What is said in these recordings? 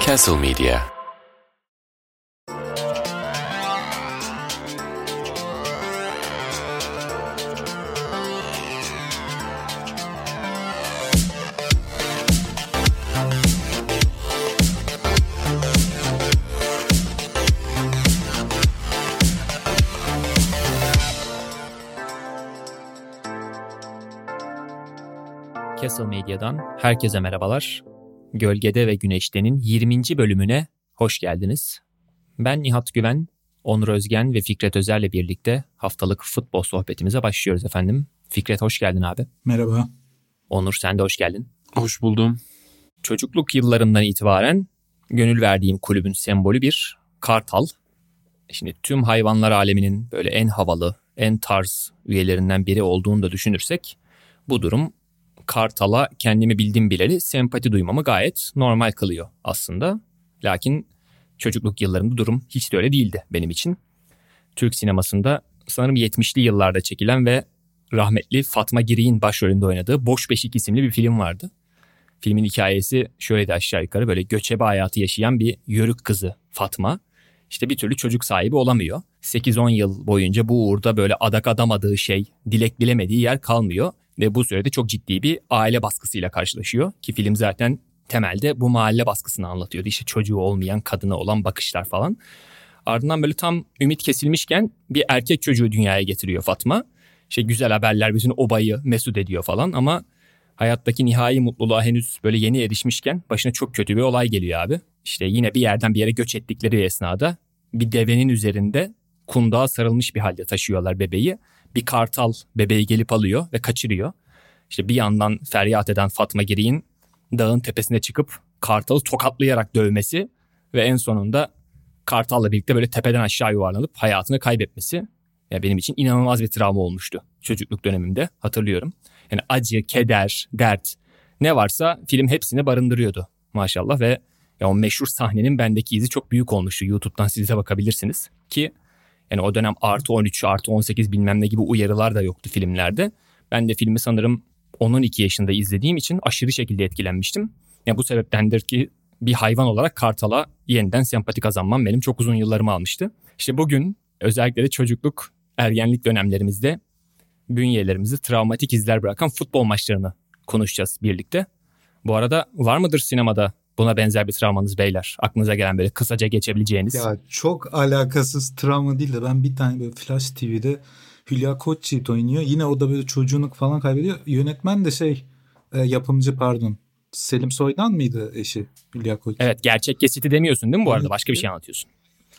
Castle Media. Castle Medya'dan herkese merhabalar. Gölgede ve Güneşte'nin 20. bölümüne hoş geldiniz. Ben Nihat Güven, Onur Özgen ve Fikret Özer'le birlikte haftalık futbol sohbetimize başlıyoruz efendim. Fikret hoş geldin abi. Merhaba. Onur sen de hoş geldin. Hoş buldum. Çocukluk yıllarından itibaren gönül verdiğim kulübün sembolü bir kartal. Şimdi tüm hayvanlar aleminin böyle en havalı, en tarz üyelerinden biri olduğunu da düşünürsek bu durum kartala kendimi bildim bileli sempati duymamı gayet normal kılıyor aslında. Lakin çocukluk yıllarımda durum hiç de öyle değildi benim için. Türk sinemasında sanırım 70'li yıllarda çekilen ve rahmetli Fatma Giri'nin başrolünde oynadığı Boş Beşik isimli bir film vardı. Filmin hikayesi şöyleydi aşağı yukarı, böyle göçebe hayatı yaşayan bir yörük kızı Fatma. İşte bir türlü çocuk sahibi olamıyor. 8-10 yıl boyunca bu uğurda böyle adak adamadığı şey, dilek dilemediği yer kalmıyor. Ve bu sürede çok ciddi bir aile baskısıyla karşılaşıyor. Ki film zaten temelde bu mahalle baskısını anlatıyordu. İşte çocuğu olmayan kadına olan bakışlar falan. Ardından böyle tam ümit kesilmişken bir erkek çocuğu dünyaya getiriyor Fatma. İşte güzel haberler bütün obayı mesut ediyor falan ama hayattaki nihai mutluluğa henüz böyle yeni erişmişken başına çok kötü bir olay geliyor abi. İşte yine bir yerden bir yere göç ettikleri esnada bir devenin üzerinde kundağa sarılmış bir halde taşıyorlar bebeği. Bir kartal bebeği gelip alıyor ve kaçırıyor. İşte bir yandan feryat eden Fatma Giri'nin dağın tepesine çıkıp kartalı tokatlayarak dövmesi ve en sonunda kartalla birlikte böyle tepeden aşağı yuvarlanıp hayatını kaybetmesi. Yani benim için inanılmaz bir travma olmuştu çocukluk dönemimde, hatırlıyorum. Yani acı, keder, dert ne varsa film hepsini barındırıyordu maşallah ve ya o meşhur sahnenin bendeki izi çok büyük olmuştu. YouTube'dan siz de bakabilirsiniz ki yani o dönem artı 13, artı 18 bilmem ne gibi uyarılar da yoktu filmlerde. Ben de filmi sanırım 10-12 yaşında izlediğim için aşırı şekilde etkilenmiştim. Yani bu sebeptendir ki bir hayvan olarak kartala yeniden sempati kazanmam benim çok uzun yıllarımı almıştı. İşte bugün özellikle de çocukluk, ergenlik dönemlerimizde bünyelerimizi travmatik izler bırakan futbol maçlarını konuşacağız birlikte. Bu arada var mıdır sinemada buna benzer bir travmanız beyler? Aklınıza gelen böyle kısaca geçebileceğiniz. Ya çok alakasız travma değil de ben bir tane böyle Flash TV'de Hülya Koçyiğit oynuyor. Yine o da böyle çocuğunu falan kaybediyor. Yönetmen de yapımcı pardon. Selim Soydan mıydı eşi Hülya Koçyiğit? Evet, gerçek kesiti demiyorsun değil mi bu arada? Başka bir şey anlatıyorsun.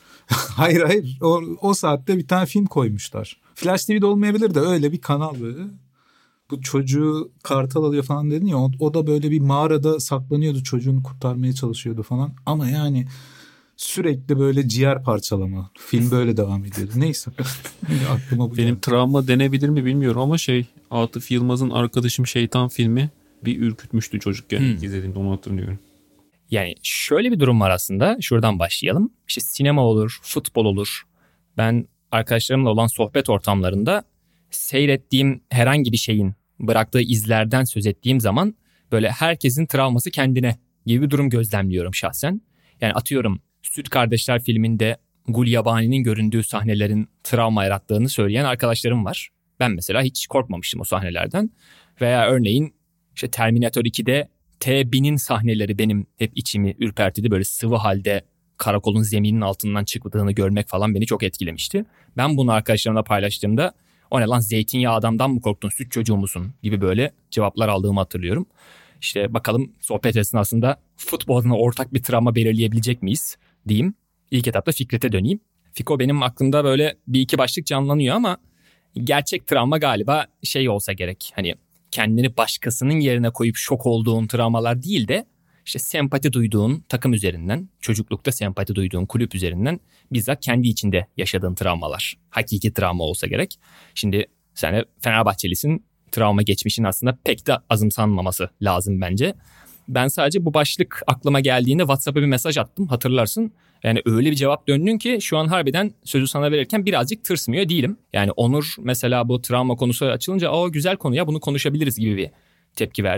Hayır. O saatte bir tane film koymuşlar. Flash TV'de olmayabilir de öyle bir kanal böyle. Bu çocuğu kartal alıyor falan dedin ya, o da böyle bir mağarada saklanıyordu, çocuğunu kurtarmaya çalışıyordu falan. Ama yani sürekli böyle ciğer parçalama. Film böyle devam ediyordu. Neyse. Aklıma bu Benim geldi. travma denebilir mi bilmiyorum ama Atıf Yılmaz'ın Arkadaşım Şeytan filmi bir ürkütmüştü çocukken. İzlediğimde onu hatırlıyorum. Yani şöyle bir durum var aslında. Şuradan başlayalım. İşte sinema olur, futbol olur. Ben arkadaşlarımla olan sohbet ortamlarında seyrettiğim herhangi bir şeyin bıraktığı izlerden söz ettiğim zaman böyle herkesin travması kendine gibi bir durum gözlemliyorum şahsen. Yani atıyorum Süt Kardeşler filminde Gulyabani'nin göründüğü sahnelerin travma yarattığını söyleyen arkadaşlarım var. Ben mesela hiç korkmamıştım o sahnelerden. Veya örneğin işte Terminator 2'de T-1000'in sahneleri benim hep içimi ürpertidi. Böyle sıvı halde karakolun zeminin altından çıktığını görmek falan beni çok etkilemişti. Ben bunu arkadaşlarımla paylaştığımda o ne lan, zeytinyağı adamdan mı korktun, süt çocuğu musun gibi böyle cevaplar aldığımı hatırlıyorum. İşte bakalım sohbet esnasında futbol adına ortak bir travma belirleyebilecek miyiz diyeyim. İlk etapta Fikret'e döneyim. Fiko, benim aklımda böyle bir iki başlık canlanıyor ama gerçek travma galiba olsa gerek. Hani kendini başkasının yerine koyup şok olduğun travmalar değil de işte sempati duyduğun takım üzerinden, çocuklukta sempati duyduğun kulüp üzerinden bizzat kendi içinde yaşadığın travmalar. Hakiki travma olsa gerek. Şimdi sen de Fenerbahçelisin, travma geçmişin aslında pek de azımsanmaması lazım bence. Ben sadece bu başlık aklıma geldiğinde WhatsApp'a bir mesaj attım, hatırlarsın. Yani öyle bir cevap döndün ki şu an harbiden sözü sana verirken birazcık tırsmıyor değilim. Yani Onur mesela bu travma konusu açılınca güzel konu ya, bunu konuşabiliriz gibi bir tepki verdi.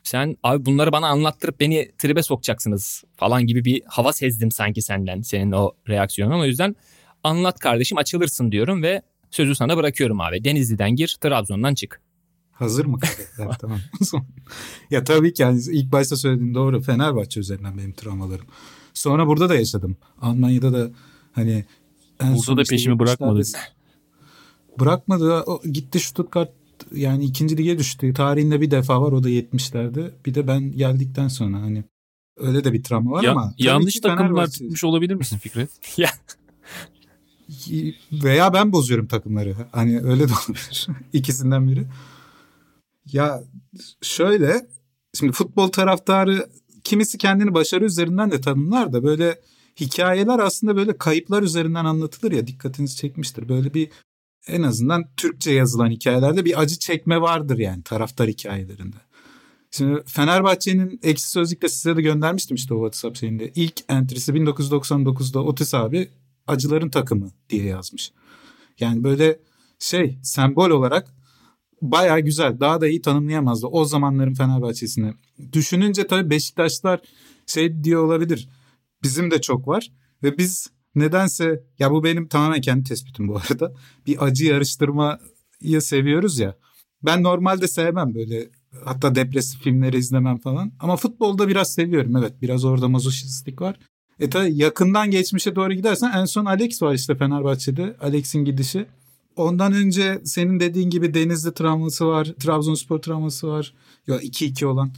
Sen abi bunları bana anlattırıp beni tribe sokacaksınız falan gibi bir hava sezdim sanki senden, senin o reaksiyonun. O yüzden anlat kardeşim, açılırsın diyorum ve sözü sana bırakıyorum abi. Denizli'den gir, Trabzon'dan çık. Hazır mı karakter? Tamam. Ya tabii ki yani ilk başta söylediğin doğru. Fenerbahçe üzerinden benim travmalarım. Sonra burada da yaşadım. Almanya'da da hani burada da peşimi bırakmadı. Bırakmadı. O gitti Stuttgart, yani 2. lige düştü. Tarihinde bir defa var, o da 70'lerde. Bir de ben geldikten sonra hani öyle de bir travma var ama yanlış takımlar tutmuş olabilir misin Fikret? Ya veya ben bozuyorum takımları. Hani öyle de olabilir. İkisinden biri. Ya şöyle, şimdi futbol taraftarı kimisi kendini başarı üzerinden de tanımlar da böyle hikayeler aslında böyle kayıplar üzerinden anlatılır ya, dikkatinizi çekmiştir. Böyle bir, en azından Türkçe yazılan hikayelerde bir acı çekme vardır yani taraftar hikayelerinde. Şimdi Fenerbahçe'nin Ekşi Sözlük'te size de göndermiştim işte o WhatsApp şeyinde. İlk entry'si 1999'da Otis abi acıların takımı diye yazmış. Yani böyle sembol olarak bayağı güzel. Daha da iyi tanımlayamazdı o zamanların Fenerbahçe'sini. Düşününce tabii Beşiktaşlar diyor olabilir. Bizim de çok var ve biz nedense, ya bu benim tamamen kendi tespitim bu arada, bir acı yarıştırmayı seviyoruz ya. Ben normalde sevmem böyle, hatta depresif filmleri izlemem falan. Ama futbolda biraz seviyorum, evet, biraz orada mazoşistlik var. Tabii yakından geçmişe doğru gidersen en son Alex var işte Fenerbahçe'de. Alex'in gidişi. Ondan önce senin dediğin gibi Denizli travması var. Trabzonspor travması var. Ya 2-2 olan.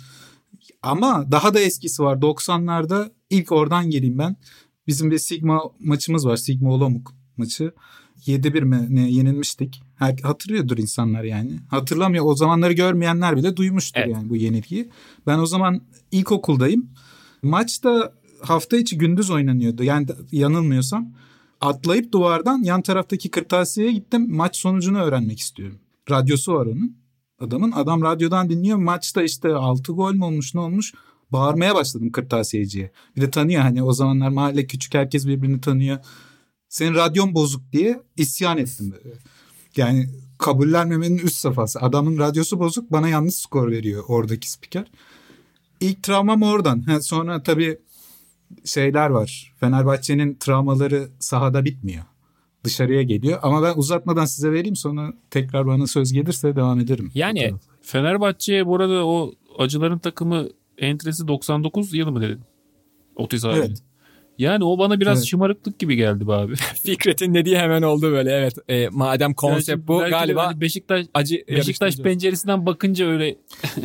Ama daha da eskisi var. 90'larda ilk oradan geleyim ben. Bizim bir Sigma maçımız var. Sigma Olomouc maçı. 7-1 mi ne yenilmiştik. Hatırlıyordur insanlar yani. Hatırlamıyor. O zamanları görmeyenler bile duymuştur yani bu yenilgiyi. Ben o zaman ilkokuldayım. Maç da hafta içi gündüz oynanıyordu. Yani yanılmıyorsam. Atlayıp duvardan yan taraftaki kırtasiyeye gittim. Maç sonucunu öğrenmek istiyorum. Radyosu var onun. Adam radyodan dinliyor. Maçta işte 6 gol mü olmuş, ne olmuş? Bağırmaya başladım kırtasiyeciye. Bir de tanıyor hani, o zamanlar mahalle küçük, herkes birbirini tanıyor. Senin radyon bozuk diye isyan ettim. Yani kabullenmemenin üst safhası. Adamın radyosu bozuk, bana yanlış skor veriyor oradaki spiker. İlk travmam oradan. Sonra tabii şeyler var. Fenerbahçe'nin travmaları sahada bitmiyor. Dışarıya geliyor. Ama ben uzatmadan size vereyim, sonra tekrar bana söz gelirse devam ederim. Yani Fenerbahçe'ye bu arada o acıların takımı entresi 99 yılı mı dedin? Otis abi. Evet. Yani o bana biraz şımarıklık gibi geldi be abi. Fikret'in dediği hemen oldu böyle, evet. Madem konsept bu galiba hani Beşiktaş penceresinden bakınca öyle.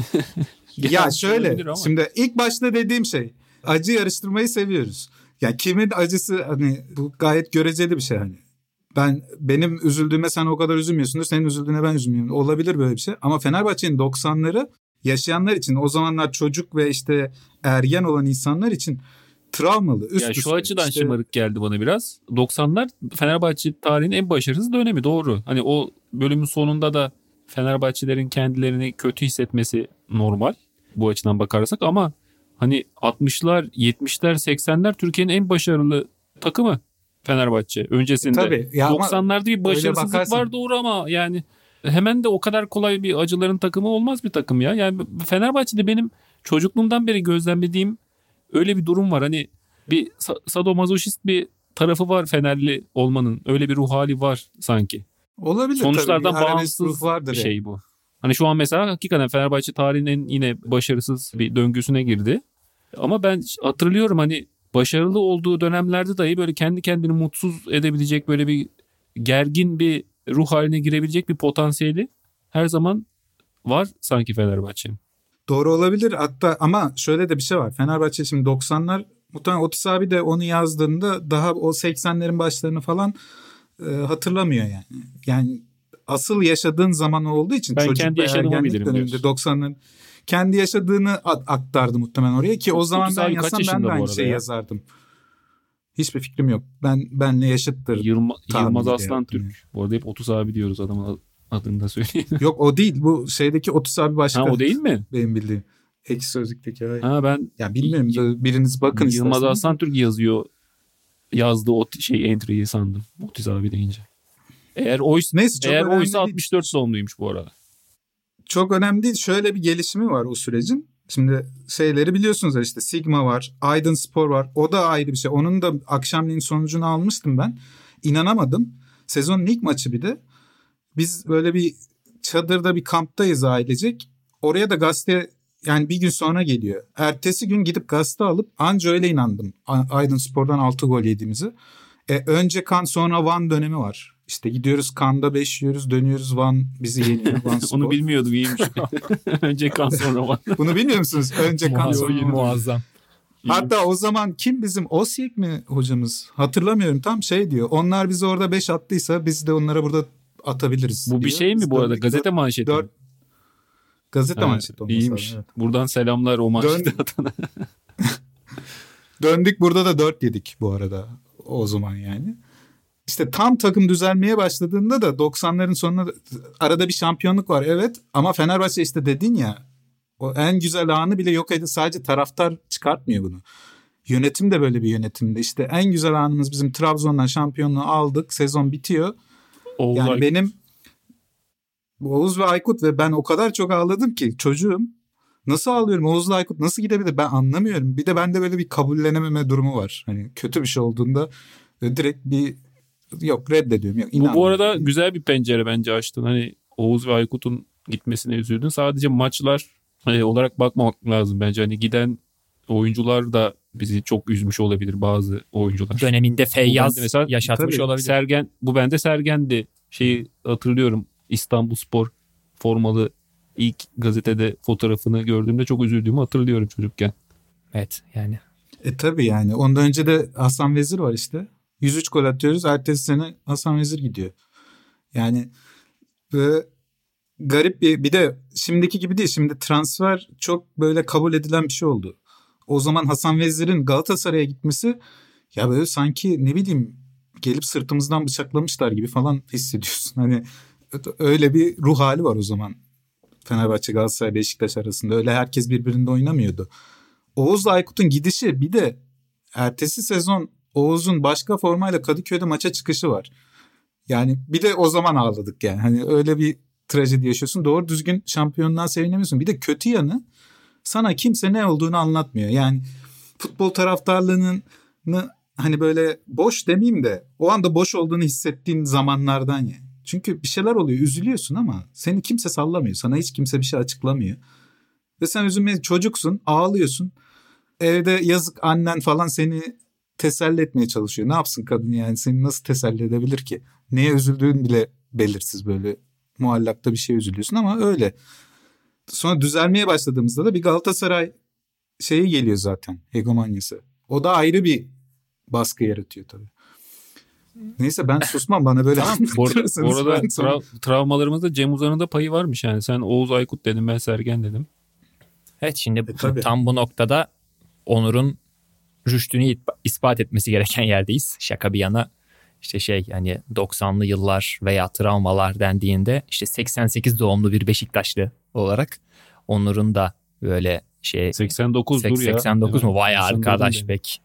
Ya şöyle, şimdi ilk başta dediğim şey, acı yarıştırmayı seviyoruz. Yani kimin acısı, hani bu gayet göreceli bir şey hani. Benim üzüldüğüme sen o kadar üzülmüyorsundur, senin üzüldüğüne ben üzülmüyorum. Olabilir böyle bir şey. Ama Fenerbahçe'nin 90'ları yaşayanlar için, o zamanlar çocuk ve işte ergen olan insanlar için travmalı. Ya şu açıdan şımarık geldi bana biraz. 90'lar Fenerbahçe tarihinin en başarısız dönemi, doğru. Hani o bölümün sonunda da Fenerbahçelerin kendilerini kötü hissetmesi normal bu açıdan bakarsak, ama hani 60'lar, 70'ler, 80'ler Türkiye'nin en başarılı takımı Fenerbahçe. Öncesinde tabii, 90'larda bir başarısızlık var, doğru, ama yani hemen de o kadar kolay bir acıların takımı olmaz bir takım ya. Yani Fenerbahçe'de benim çocukluğumdan beri gözlemlediğim öyle bir durum var. Hani bir sadomazoşist bir tarafı var Fenerli olmanın. Öyle bir ruh hali var sanki. Olabilir. Sonuçlardan tabii. bağımsız bir şey bu. Hani şu an mesela hakikaten Fenerbahçe tarihinin yine başarısız bir döngüsüne girdi. Ama ben hatırlıyorum hani başarılı olduğu dönemlerde dahi böyle kendi kendini mutsuz edebilecek, böyle bir gergin bir ruh haline girebilecek bir potansiyeli her zaman var sanki Fenerbahçe'nin. Doğru olabilir hatta, ama şöyle de bir şey var. Fenerbahçe şimdi 90'lar, muhtemelen Otis abi de onu yazdığında daha o 80'lerin başlarını falan hatırlamıyor yani. Yani asıl yaşadığın zaman olduğu için ben çocuk kendi yaşadığımı bilirim diyorsun. 90'ların kendi yaşadığını aktardı muhtemelen oraya, ki o zaman ben yazsam ben de aynı şeyi yazardım. Hiçbir fikrim yok. Benle yaşıttır. Yılmaz Aslan-Türk. Yani. Bu arada hep Otis abi diyoruz, adamın adını da söyleyeyim. Yok, o değil. Bu şeydeki Otis abi başka. Ha, o değil mi? Benim bildiğim. Ekşi Sözlük'teki. Ha, ben ya bilmiyorum. Biriniz bakın isterseniz. Yılmaz Aslan-Türk yazdı o entry'yi sandım. Otis abi deyince. Eğer oysa 64 doğumluymuş bu arada. Çok önemli değil. Şöyle bir gelişimi var o sürecin. Şimdi şeyleri biliyorsunuz işte Sigma var, Aydınspor var. O da ayrı bir şey. Onun da akşamleyin sonucunu almıştım ben. İnanamadım. Sezonun ilk maçı bir de. Biz böyle bir çadırda bir kamptayız ailecek. Oraya da gazete yani bir gün sonra geliyor. Ertesi gün gidip gazete alıp anca öyle inandım. Aydınspor'dan 6 gol yediğimizi. Önce Kan sonra Van dönemi var. İşte gidiyoruz Kan'da 5 yiyoruz, dönüyoruz Van bizi yeniyor. Van Spor. Onu bilmiyordum, iyiymiş. Önce Kan sonra Van. Bunu bilmiyor musunuz? Önce Kan sonra Van. Muazzam. Hatta o zaman kim bizim Osyek mi hocamız? Hatırlamıyorum tam şey diyor. Onlar bize orada 5 attıysa biz de onlara burada atabiliriz. Bu diyor. bir şey mi bu arada? Gazete manşeti mi? Gazete manşeti olması İyiymiş. lazım, evet. Buradan selamlar o manşeti atana. Döndük burada da 4 yedik bu arada o zaman yani. İşte tam takım düzelmeye başladığında da 90'ların sonunda arada bir şampiyonluk var evet ama Fenerbahçe işte dedin ya o en güzel anı bile yok edildi. Sadece taraftar çıkartmıyor bunu. Yönetim de böyle bir yönetimde. İşte en güzel anımız bizim Trabzon'dan şampiyonluğu aldık. Sezon bitiyor. Yani benim Oğuz ve Aykut ve ben o kadar çok ağladım ki çocuğum. Nasıl ağlıyorum? Oğuz'la Aykut nasıl gidebilir? Ben anlamıyorum. Bir de bende böyle bir kabullenememe durumu var. Hani kötü bir şey olduğunda direkt bir yok reddediyorum. Yok, bu arada güzel bir pencere bence açtın. Hani Oğuz ve Aykut'un gitmesine üzüldün. Sadece maçlar olarak bakmamak lazım bence. Hani giden oyuncular da bizi çok üzmüş olabilir bazı oyuncular. Döneminde Feyyaz mesela, yaşatmış tabii, olabilir. Sergen, bu bende Sergen'di. Şeyi hatırlıyorum. İstanbulspor formalı ilk gazetede fotoğrafını gördüğümde çok üzüldüğümü hatırlıyorum çocukken. Evet yani. Tabii yani. Ondan önce de Hasan Vezir var işte. 103 gol atıyoruz. Ertesi sene Hasan Vezir gidiyor. Yani garip bir de şimdiki gibi değil. Şimdi transfer çok böyle kabul edilen bir şey oldu. O zaman Hasan Vezir'in Galatasaray'a gitmesi ya böyle sanki ne bileyim gelip sırtımızdan bıçaklamışlar gibi falan hissediyorsun. Hani öyle bir ruh hali var o zaman. Fenerbahçe, Galatasaray, Beşiktaş arasında. Öyle herkes birbirinde oynamıyordu. Oğuz'la Aykut'un gidişi bir de ertesi sezon Oğuz'un başka formayla Kadıköy'de maça çıkışı var. Yani bir de o zaman ağladık yani. Hani öyle bir trajedi yaşıyorsun. Doğru düzgün şampiyonluğa sevinemiyorsun. Bir de kötü yanı sana kimse ne olduğunu anlatmıyor. Yani futbol taraftarlığının hani böyle boş demeyeyim de o anda boş olduğunu hissettiğin zamanlardan yani. Çünkü bir şeyler oluyor, üzülüyorsun ama seni kimse sallamıyor. Sana hiç kimse bir şey açıklamıyor. Ve sen üzülmeye çocuksun, ağlıyorsun. Evde yazık annen falan seni teselli etmeye çalışıyor. Ne yapsın kadın yani seni nasıl teselli edebilir ki? Neye üzüldüğün bile belirsiz böyle muallakta bir şey üzülüyorsun ama öyle. Sonra düzelmeye başladığımızda da bir Galatasaray şeyi geliyor zaten hegemonyası. O da ayrı bir baskı yaratıyor tabii. Neyse ben susmam bana böyle Bu arada travmalarımızda Cem Uzan'ın da payı varmış yani. Sen Oğuz Aykut dedin, ben Sergen dedim. Evet şimdi tam bu noktada Onur'un rüştünü ispat etmesi gereken yerdeyiz. Şaka bir yana işte yani 90'lı yıllar veya travmalar dendiğinde işte 88 doğumlu bir Beşiktaşlı olarak Onur'un da böyle 89 dur ya. 89 mu? Vay arkadaş pek.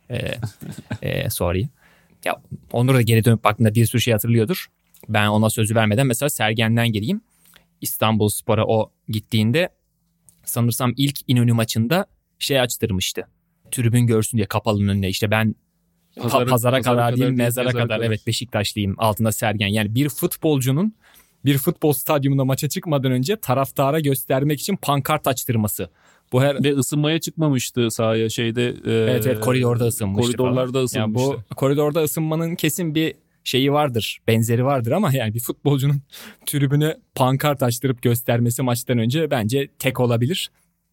Sorry. Ya Onur da geri dönüp baktığında bir sürü şey hatırlıyordur. Ben ona sözü vermeden mesela Sergen'den geleyim. İstanbulspor'a o gittiğinde sanırsam ilk İnönü maçında açtırmıştı. Tribün görsün diye kapalının önüne işte ben pazara kadar değil mezara kadar evet Beşiktaşlıyım altında Sergen. Yani bir futbolcunun bir futbol stadyumunda maça çıkmadan önce taraftara göstermek için pankart açtırması. Ve ısınmaya çıkmamıştı sahaya evet koridorda ısınmıştı. Koridorlarda ısınmıştı. Yani bu koridorda ısınmanın kesin bir şeyi vardır, benzeri vardır ama yani bir futbolcunun tribüne pankart açtırıp göstermesi maçtan önce bence tek olabilir.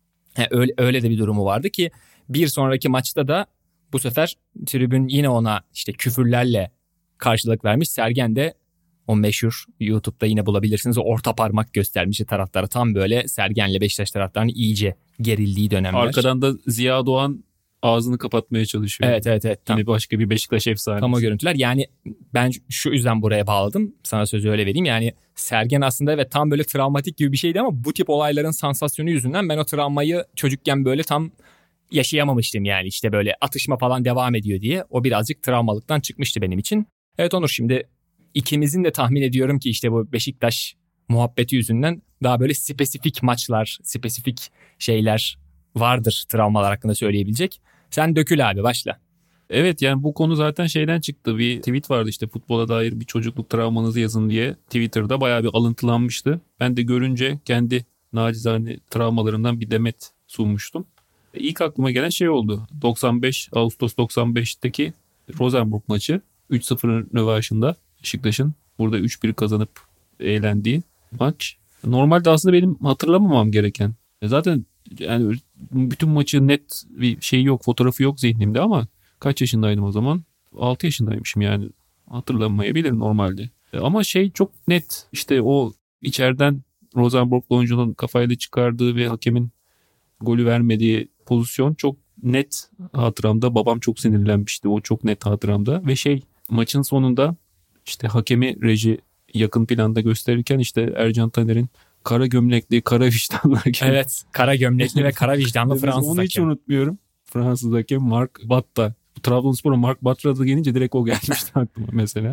Öyle de bir durumu vardı ki bir sonraki maçta da bu sefer tribün yine ona işte küfürlerle karşılık vermiş. Sergen de o meşhur YouTube'da yine bulabilirsiniz o orta parmak göstermişti taraftara. Tam böyle Sergen'le Beşiktaş taraftarının iyice gerildiği dönemler. Arkadan da Ziya Doğan ağzını kapatmaya çalışıyor. Evet. Yine başka bir Beşiktaş efsanesi. Tam o görüntüler. Yani ben şu yüzden buraya bağladım. Sana sözü öyle vereyim. Yani Sergen aslında evet tam böyle travmatik gibi bir şeydi ama bu tip olayların sansasyonu yüzünden ben o travmayı çocukken böyle tam yaşayamamıştım yani. İşte böyle atışma falan devam ediyor diye. O birazcık travmalıktan çıkmıştı benim için. Evet Onur şimdi ikimizin de tahmin ediyorum ki işte bu Beşiktaş muhabbeti yüzünden daha böyle spesifik maçlar, spesifik şeyler vardır travmalar hakkında söyleyebilecek. Sen dökül abi, başla. Evet, yani bu konu zaten şeyden çıktı. Bir tweet vardı işte, futbola dair bir çocukluk travmanızı yazın diye Twitter'da bayağı bir alıntılanmıştı. Ben de görünce kendi nacizane travmalarımdan bir demet sunmuştum. İlk aklıma gelen şey oldu. Ağustos 95'teki Rosenborg maçı. 3-0'ın rövanşında Beşiktaş'ın burada 3-1 kazanıp eğlendiği maç. Normalde aslında benim hatırlamamam gereken. Zaten yani bütün maçı net bir şey yok, fotoğrafı yok zihnimde ama kaç yaşındaydım o zaman? 6 yaşındaymışım yani. Hatırlamayabilirim normalde. Ama şey çok net, işte o içeriden Rosenborg'lu oyuncunun kafayla çıkardığı ve hakemin golü vermediği pozisyon çok net hatıramda. Babam çok sinirlenmişti. O çok net hatıramda. Ve maçın sonunda işte hakemi reji yakın planda gösterirken işte Ercan Taner'in kara gömlekli, kara vicdanlı hakem. Evet, kara gömlekli ve kara vicdanlı Fransız Onu hiç hakem. unutmuyorum. Fransız hakem Marc Batta. Trabzonspor'a Marc Batta adı gelince direkt o gelmişti aklıma mesela.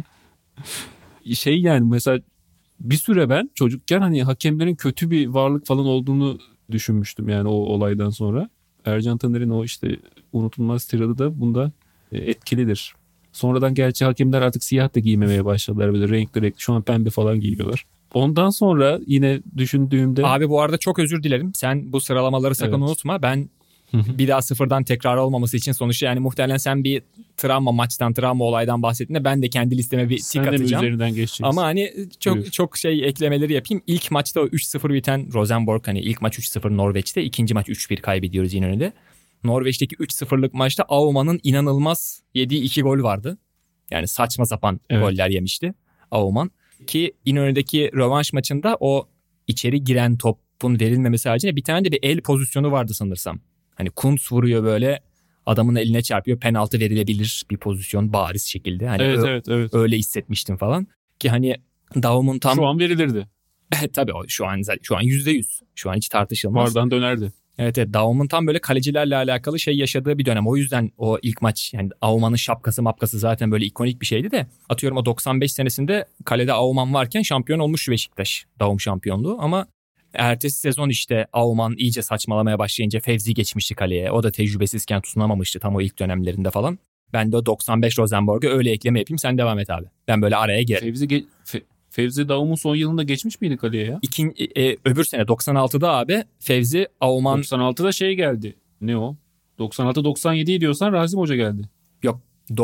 Yani mesela bir süre ben çocukken hani hakemlerin kötü bir varlık falan olduğunu düşünmüştüm yani o olaydan sonra. Ercan Taner'in o işte unutulmaz tiradı da bunda etkilidir. Sonradan gerçi hakemler artık siyah da giymemeye başladılar, böyle renkli. Şu an pembe falan giyiyorlar. Ondan sonra yine düşündüğümde... Abi bu arada çok özür dilerim. Sen bu sıralamaları sakın unutma. Ben bir daha sıfırdan tekrar olmaması için sonuçta yani muhtemelen sen bir maçtan, travma olaydan bahsettiğinde ben de kendi listeme bir tik atacağım. Üzerinden geçeceksin. Ama hani çok eklemeleri yapayım. İlk maçta o 3-0 biten Rosenborg, hani ilk maç 3-0 Norveç'te, ikinci maç 3-1 kaybediyoruz İnönü'de. Norveç'teki 3-0'lık maçta Aumann'ın inanılmaz yediği 2 gol vardı. Yani saçma sapan goller yemişti Aumann. Ki İnönü'deki rövanş maçında o içeri giren topun verilmemesi haricinde bir tane de bir el pozisyonu vardı sanırsam. Hani Kuntz vuruyor böyle, adamın eline çarpıyor, penaltı verilebilir bir pozisyon bariz şekilde. Hani evet. Öyle hissetmiştim falan. Ki hani Daum'un tam... Şu an verilirdi. Tabii şu an %100. Şu an hiç tartışılmaz. Vardan dönerdi. Evet, Daum'un tam böyle kalecilerle alakalı yaşadığı bir dönem. O yüzden o ilk maç, yani Aumann'ın şapkası zaten böyle ikonik bir şeydi de. Atıyorum o 95 senesinde kalede Aumann varken şampiyon olmuş Beşiktaş. Daum şampiyonluğu ama ertesi sezon işte Aumann iyice saçmalamaya başlayınca Fevzi geçmişti kaleye. O da tecrübesizken tutunamamıştı tam o ilk dönemlerinde falan. Ben de o 95 Rosenborg'a öyle ekleme yapayım, sen devam et abi. Ben böyle araya girerim. Fevzi Daum'un son yılında geçmiş miydi kaleye ya? Öbür sene 96'da abi Fevzi Aumann... 96'da geldi. Ne o? 96-97 diyorsan Rasim Hoca geldi. Yok,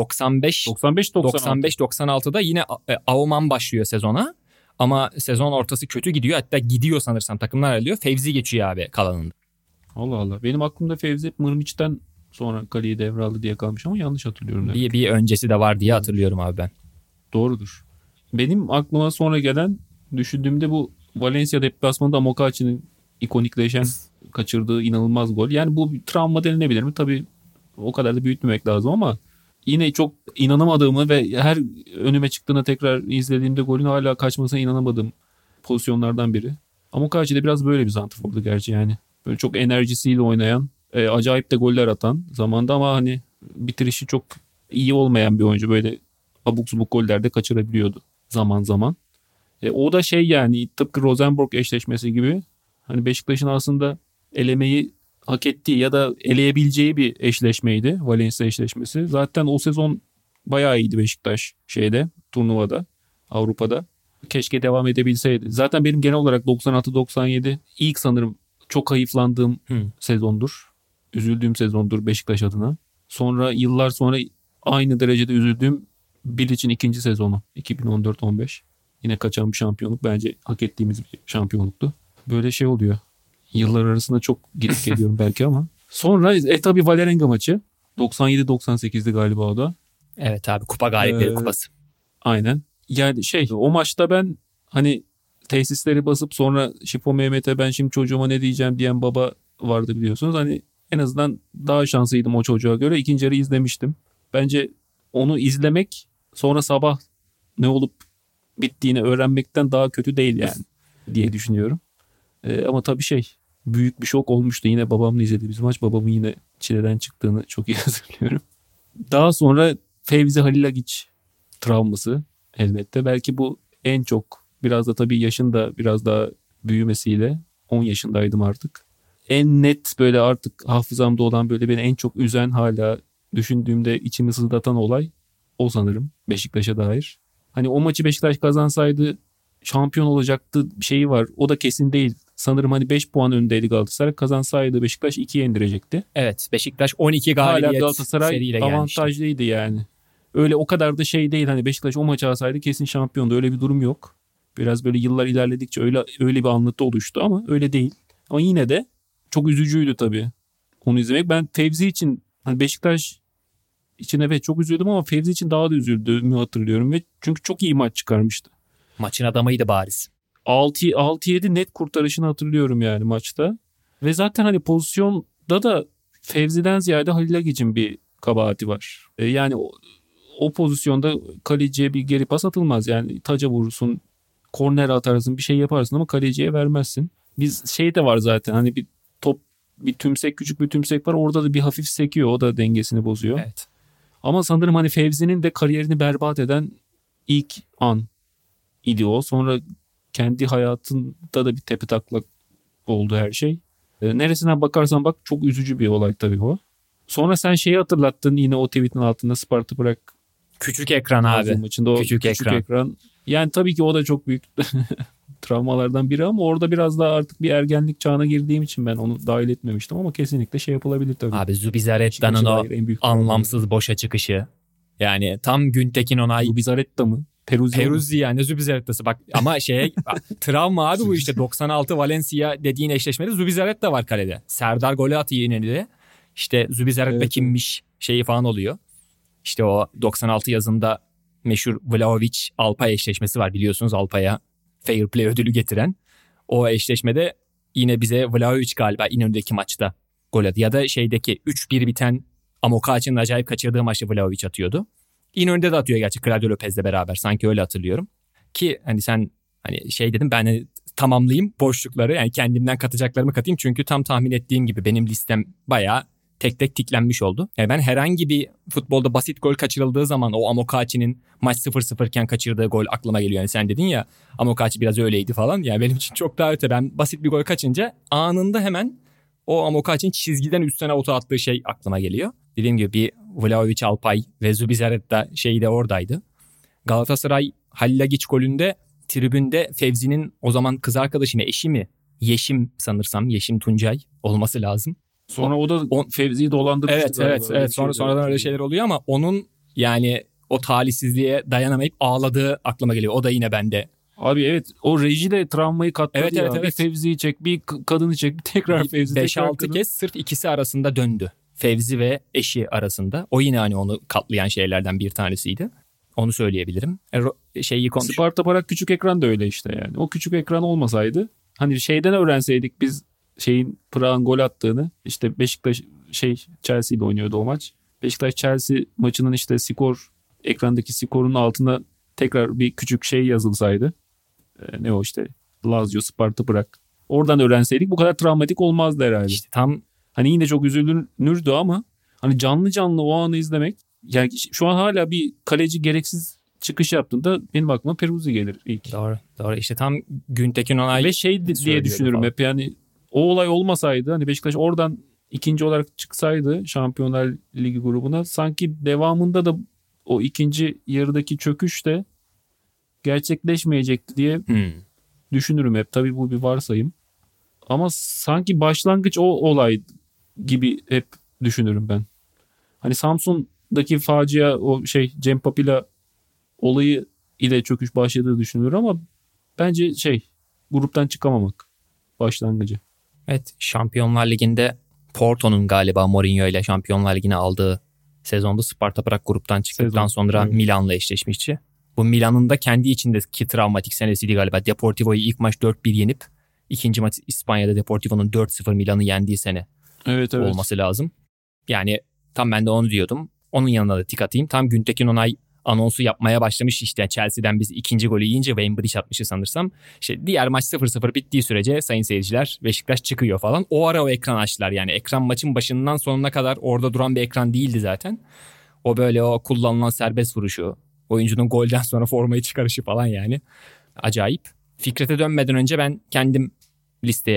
95-96'da yine Aumann başlıyor sezona. Ama sezon ortası kötü gidiyor. Hatta gidiyor sanırsam, takımlar ayrılıyor. Fevzi geçiyor abi kalanında. Allah Allah. Benim aklımda Fevzi hep Mırmiç'ten sonra kaleyi devraldı diye kalmış ama yanlış hatırlıyorum. Bir öncesi de var diye hatırlıyorum abi ben. Doğrudur. Benim aklıma sonra gelen, düşündüğümde bu Valencia deplasmanında Amokachi'nin ikonikleşen kaçırdığı inanılmaz gol. Yani bu bir travma denilebilir mi? Tabii o kadar da büyütmemek lazım ama yine çok inanamadığımı ve her önüme çıktığında tekrar izlediğimde golün hala kaçmasına inanamadığım pozisyonlardan biri. Amokachi de biraz böyle bir santrfordu gerçi yani. Böyle çok enerjisiyle oynayan, acayip de goller atan zamanda ama hani bitirişi çok iyi olmayan bir oyuncu. Böyle abuk subuk goller de kaçırabiliyordu zaman zaman. O da yani tıpkı Rosenborg eşleşmesi gibi hani Beşiktaş'ın aslında elemeyi hak ettiği ya da eleyebileceği bir eşleşmeydi Valencia eşleşmesi. Zaten o sezon bayağı iyiydi Beşiktaş turnuvada, Avrupa'da. Keşke devam edebilseydi. Zaten benim genel olarak 96-97 ilk sanırım çok hayıflandığım sezondur. Üzüldüğüm sezondur Beşiktaş adına. Sonra yıllar sonra aynı derecede üzüldüğüm Bilic'in ikinci sezonu 2014-15. Yine kaçan bir şampiyonluk. Bence hak ettiğimiz bir şampiyonluktu. Böyle oluyor. Yıllar arasında çok gidip geliyorum belki ama. Sonra tabii Vålerenga maçı. 97-98'di galiba o da. Evet abi, kupa galipleri kupası. Aynen. Yani o maçta ben hani tesisleri basıp sonra Şipo Mehmet'e ben şimdi çocuğuma ne diyeceğim diyen baba vardı biliyorsunuz. Hani en azından daha şanslıydım o çocuğa göre. İkinci yarı izlemiştim. Bence onu izlemek sonra sabah ne olup bittiğini öğrenmekten daha kötü değil yani diye düşünüyorum. Ama tabii büyük bir şok olmuştu. Yine babamla izlediğimiz maç. Babamın yine çileden çıktığını çok iyi hatırlıyorum. Daha sonra Fevzi Halilović travması elbette. Belki bu en çok, biraz da tabii yaşın da biraz daha büyümesiyle, 10 yaşındaydım artık. en net böyle artık hafızamda olan böyle beni en çok üzen, hala düşündüğümde içimi sızlatan olay o sanırım Beşiktaş'a dair. Hani o maçı Beşiktaş kazansaydı şampiyon olacaktı şeyi var. O da kesin değil. Sanırım hani 5 puan öndeydi Galatasaray. Kazansaydı Beşiktaş 2'ye indirecekti. Evet, Beşiktaş 12 galibiyet hala Galatasaray seriyle gelmişti. avantajlıydı yani. Öyle o kadar da şey değil. Hani Beşiktaş o maçı alsaydı kesin şampiyondu. Öyle bir durum yok. Biraz böyle yıllar ilerledikçe öyle bir anlatı oluştu ama öyle değil. Ama yine de çok üzücüydü tabii onu izlemek. Ben Fevzi için, hani Beşiktaş için evet çok üzüldüm ama Fevzi için daha da üzüldüğümü hatırlıyorum. Ve çünkü çok iyi maç çıkarmıştı. Maçın adamıydı bariz. 6-7 net kurtarışını hatırlıyorum yani maçta. Ve zaten hani pozisyonda da Fevzi'den ziyade Halil Agic'in bir kabahati var. Yani o pozisyonda kaleciye bir geri pas atılmaz. Yani taca vurursun, korner atarsın, bir şey yaparsın ama kaleciye vermezsin. Biz şey de var zaten, hani bir top, bir tümsek, küçük bir tümsek var. Orada da bir hafif sekiyor. O da dengesini bozuyor. Evet. Ama sanırım hani Fevzi'nin de kariyerini berbat eden ilk an idi o. Sonra kendi hayatında da bir tepetaklak oldu her şey. Neresinden bakarsan bak çok üzücü bir olay tabii o. Sonra sen şeyi hatırlattın yine o tweetin altında, Sparta Prag Küçük ekran abi. maçında o Küçük ekran. Yani tabii ki o da çok büyük travmalardan biri ama orada biraz daha artık bir ergenlik çağına girdiğim için ben onu dahil etmemiştim ama kesinlikle şey yapılabilir tabii. Abi Zubizaretta'nın o anlamsız boşa çıkışı. Yani tam Güntekin Onay. Zubizarreta mı? Peruzzi yani Zubizaretta'sı. Bak ama travma abi bu işte 96 Valencia dediğin eşleşmede Zubizarreta var kalede. Serdar golü atıyor yine de. İşte Zubizarreta evet, kimmiş şeyi falan oluyor. İşte o 96 yazında meşhur Vlahovic-Alpay eşleşmesi var biliyorsunuz, Alpay'a Fair Play ödülü getiren. O eşleşmede yine bize Vlahovic galiba İnönü'deki maçta gol atıyor. Ya da şeydeki 3-1 biten Amokachi'nin acayip kaçırdığı maçı Vlahovic atıyordu. İnönü'de de atıyor gerçi Claudio Lopez'le beraber, sanki öyle hatırlıyorum. Ki hani sen hani şey dedim, ben hani tamamlayayım boşlukları, yani kendimden katacaklarımı katayım. Çünkü tam tahmin ettiğim gibi benim listem bayağı tek tek tiklenmiş oldu. Yani ben herhangi bir futbolda basit gol kaçırıldığı zaman o Amokachi'nin maç 0-0 iken kaçırdığı gol aklıma geliyor. Yani sen dedin ya Amokachi biraz öyleydi falan. Yani benim için çok daha öte. Ben basit bir gol kaçınca anında hemen o Amokachi'nin çizgiden üstten avuta attığı şey aklıma geliyor. Dediğim gibi bir Vlahovic, Alpay ve Zubizarreta şeyi de oradaydı. Galatasaray Halil Agic golünde tribünde Fevzi'nin o zaman kız arkadaşı mı, eşi mi? Yeşim sanırsam. Yeşim Tuncay olması lazım. Sonra o da Fevzi'yi dolandırmıştı. Evet. Sonradan öyle şeyler oluyor ama onun yani o talihsizliğe dayanamayıp ağladığı aklıma geliyor. O da yine bende. Abi evet, o reji de travmayı katladı ya. Evet. Bir Fevzi'yi çek, bir kadını çek, bir tekrar Fevzi. 5-6 kez sırf ikisi arasında döndü. Fevzi ve eşi arasında. O yine hani onu katlayan şeylerden bir tanesiydi. Onu söyleyebilirim. Sparta Prag küçük ekran da öyle işte yani. O küçük ekran olmasaydı, hani şeyden öğrenseydik biz Prag'ın gol attığını, işte Beşiktaş Chelsea ile oynuyordu o maç. Beşiktaş Chelsea maçının işte ekrandaki skorun altına tekrar bir küçük şey yazılsaydı. Ne o işte Lazio Sparta Prag. Oradan öğrenseydik bu kadar travmatik olmazdı herhalde. İşte tam hani yine çok üzülünürdü ama hani canlı o anı izlemek, yani şu an hala bir kaleci gereksiz çıkış yaptığında benim aklıma Peruzzi gelir ilk. Doğru. İşte tam Güntekin Onay ve diye düşünürüm falan. Hep yani o olay olmasaydı, hani Beşiktaş oradan ikinci olarak çıksaydı Şampiyonlar Ligi grubuna, sanki devamında da o ikinci yarıdaki çöküş de gerçekleşmeyecekti diye düşünürüm hep. Tabii bu bir varsayım. Ama sanki başlangıç o olay gibi hep düşünürüm ben. Hani Samsun'daki facia, o Cem Papila olayı ile çöküş başladığı düşünülür ama bence gruptan çıkamamak başlangıcı. Evet, Şampiyonlar Ligi'nde Porto'nun galiba Mourinho ile Şampiyonlar Ligi'ne aldığı sezonda Sparta Prag gruptan çıktıktan sonra Milan'la eşleşmişti. Bu Milan'ın da kendi içindeki travmatik senesiydi galiba. Deportivo'yu ilk maç 4-1 yenip ikinci maç İspanya'da Deportivo'nun 4-0 Milan'ı yendiği sene olması lazım. Yani tam ben de onu diyordum. Onun yanına da tik atayım. Tam Güntekin Onay anonsu yapmaya başlamış işte. Chelsea'den biz ikinci golü yiyince Wayne Bridge atmışı sanırsam. Diğer maç 0-0 bittiği sürece sayın seyirciler Beşiktaş çıkıyor falan. O ara o ekran açtılar. Yani ekran maçın başından sonuna kadar orada duran bir ekran değildi zaten. O böyle o kullanılan serbest vuruşu, oyuncunun golden sonra formayı çıkarışı falan yani. Acayip. Fikret'e dönmeden önce ben kendim listeye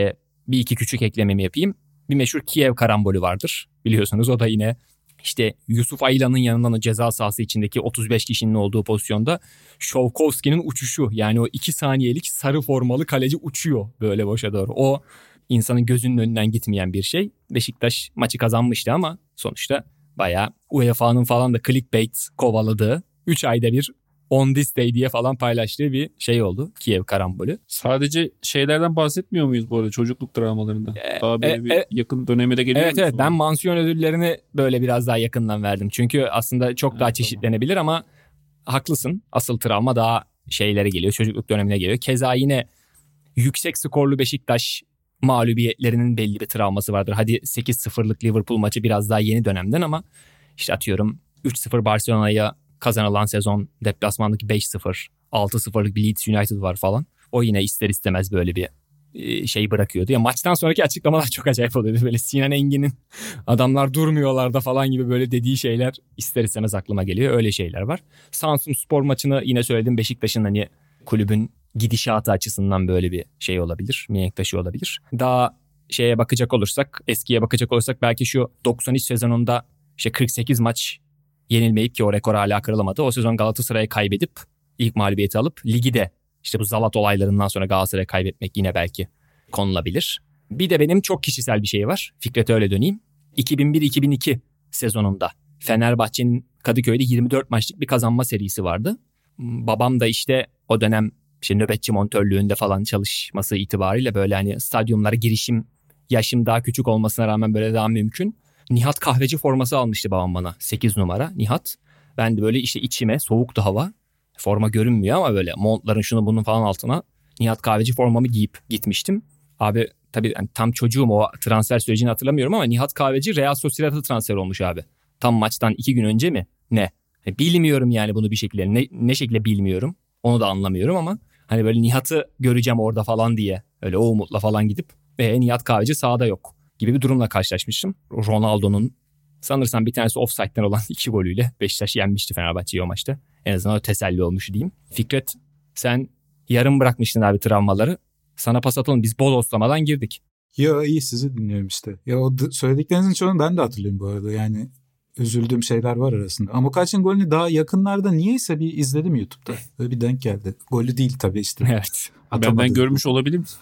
bir iki küçük eklememi yapayım. Bir meşhur Kiev karambolü vardır. Biliyorsunuz o da yine işte Yusuf Aylan'ın yanından o ceza sahası içindeki 35 kişinin olduğu pozisyonda Şovkovski'nin uçuşu. Yani o 2 saniyelik sarı formalı kaleci uçuyor böyle boşa doğru. O insanın gözünün önünden gitmeyen bir şey. Beşiktaş maçı kazanmıştı ama sonuçta bayağı UEFA'nın falan da clickbait kovaladığı 3 ayda bir on this day diye falan paylaştığı bir şey oldu. Kiev karambolü. Sadece şeylerden bahsetmiyor muyuz bu arada, çocukluk travmalarında? Daha böyle bir yakın döneme de geliyor muyuz? Evet ben mansiyon ödüllerini böyle biraz daha yakından verdim. Çünkü aslında çok daha çeşitlenebilir ama haklısın. Asıl travma daha şeylere geliyor. Çocukluk dönemine geliyor. Keza yine yüksek skorlu Beşiktaş mağlubiyetlerinin belli bir travması vardır. Hadi 8-0'lık Liverpool maçı biraz daha yeni dönemden ama işte atıyorum 3-0 Barcelona'ya kazanılan sezon, deplasmandaki 5-0, 6-0'lık bir Leeds United var falan. O yine ister istemez böyle bir şey bırakıyordu. Ya maçtan sonraki açıklamalar çok acayip oluyordu. Böyle Sinan Engin'in adamlar durmuyorlar da falan gibi böyle dediği şeyler ister istemez aklıma geliyor. Öyle şeyler var. Samsunspor maçını yine söyledim. Beşiktaş'ın hani kulübün gidişatı açısından böyle bir şey olabilir. Mihenk taşı olabilir. Daha şeye bakacak olursak, eskiye bakacak olursak belki şu 93 sezonunda işte 48 maç yenilmeyip ki o rekor hala kırılamadı. O sezon Galatasaray'ı kaybedip ilk mağlubiyeti alıp ligi de işte bu Zalat olaylarından sonra Galatasaray'ı kaybetmek yine belki konulabilir. Bir de benim çok kişisel bir şey var. Fikret'e öyle döneyim. 2001-2002 sezonunda Fenerbahçe'nin Kadıköy'de 24 maçlık bir kazanma serisi vardı. Babam da işte o dönem işte nöbetçi montörlüğünde falan çalışması itibariyle böyle hani stadyumlara girişim yaşım daha küçük olmasına rağmen böyle daha mümkün. Nihat Kahveci forması almıştı babam bana. 8 numara Nihat. Ben de böyle işte içime soğuktu hava. Forma görünmüyor ama böyle montların şunu bunun falan altına Nihat Kahveci formamı giyip gitmiştim. Abi tabii yani tam çocuğum, o transfer sürecini hatırlamıyorum ama Nihat Kahveci Real Sociedad'a transfer olmuş abi. Tam maçtan 2 gün önce mi? Ne? Bilmiyorum yani bunu bir şekilde. Ne şekilde bilmiyorum. Onu da anlamıyorum ama hani böyle Nihat'ı göreceğim orada falan diye öyle o umutla falan gidip Nihat Kahveci sahada yok gibi bir durumla karşılaşmıştım. Ronaldo'nun sanırsam bir tanesi offside'den olan 2 golüyle Beşiktaş yenmişti Fenerbahçe'yi o maçta. En azından o teselli olmuş diyeyim. Fikret, sen yarım bırakmıştın abi travmaları. Sana pas atalım. Biz bodoslamadan girdik. Ya iyi, sizi dinliyorum işte. Ya o söylediklerinizin çoğunu ben de hatırlıyorum bu arada. Yani üzüldüğüm şeyler var arasında. Amokachi'nin golünü daha yakınlarda niyeyse bir izledim YouTube'da. Böyle bir denk geldi. Golü değil tabii işte. Evet. Benden görmüş olabilir misin?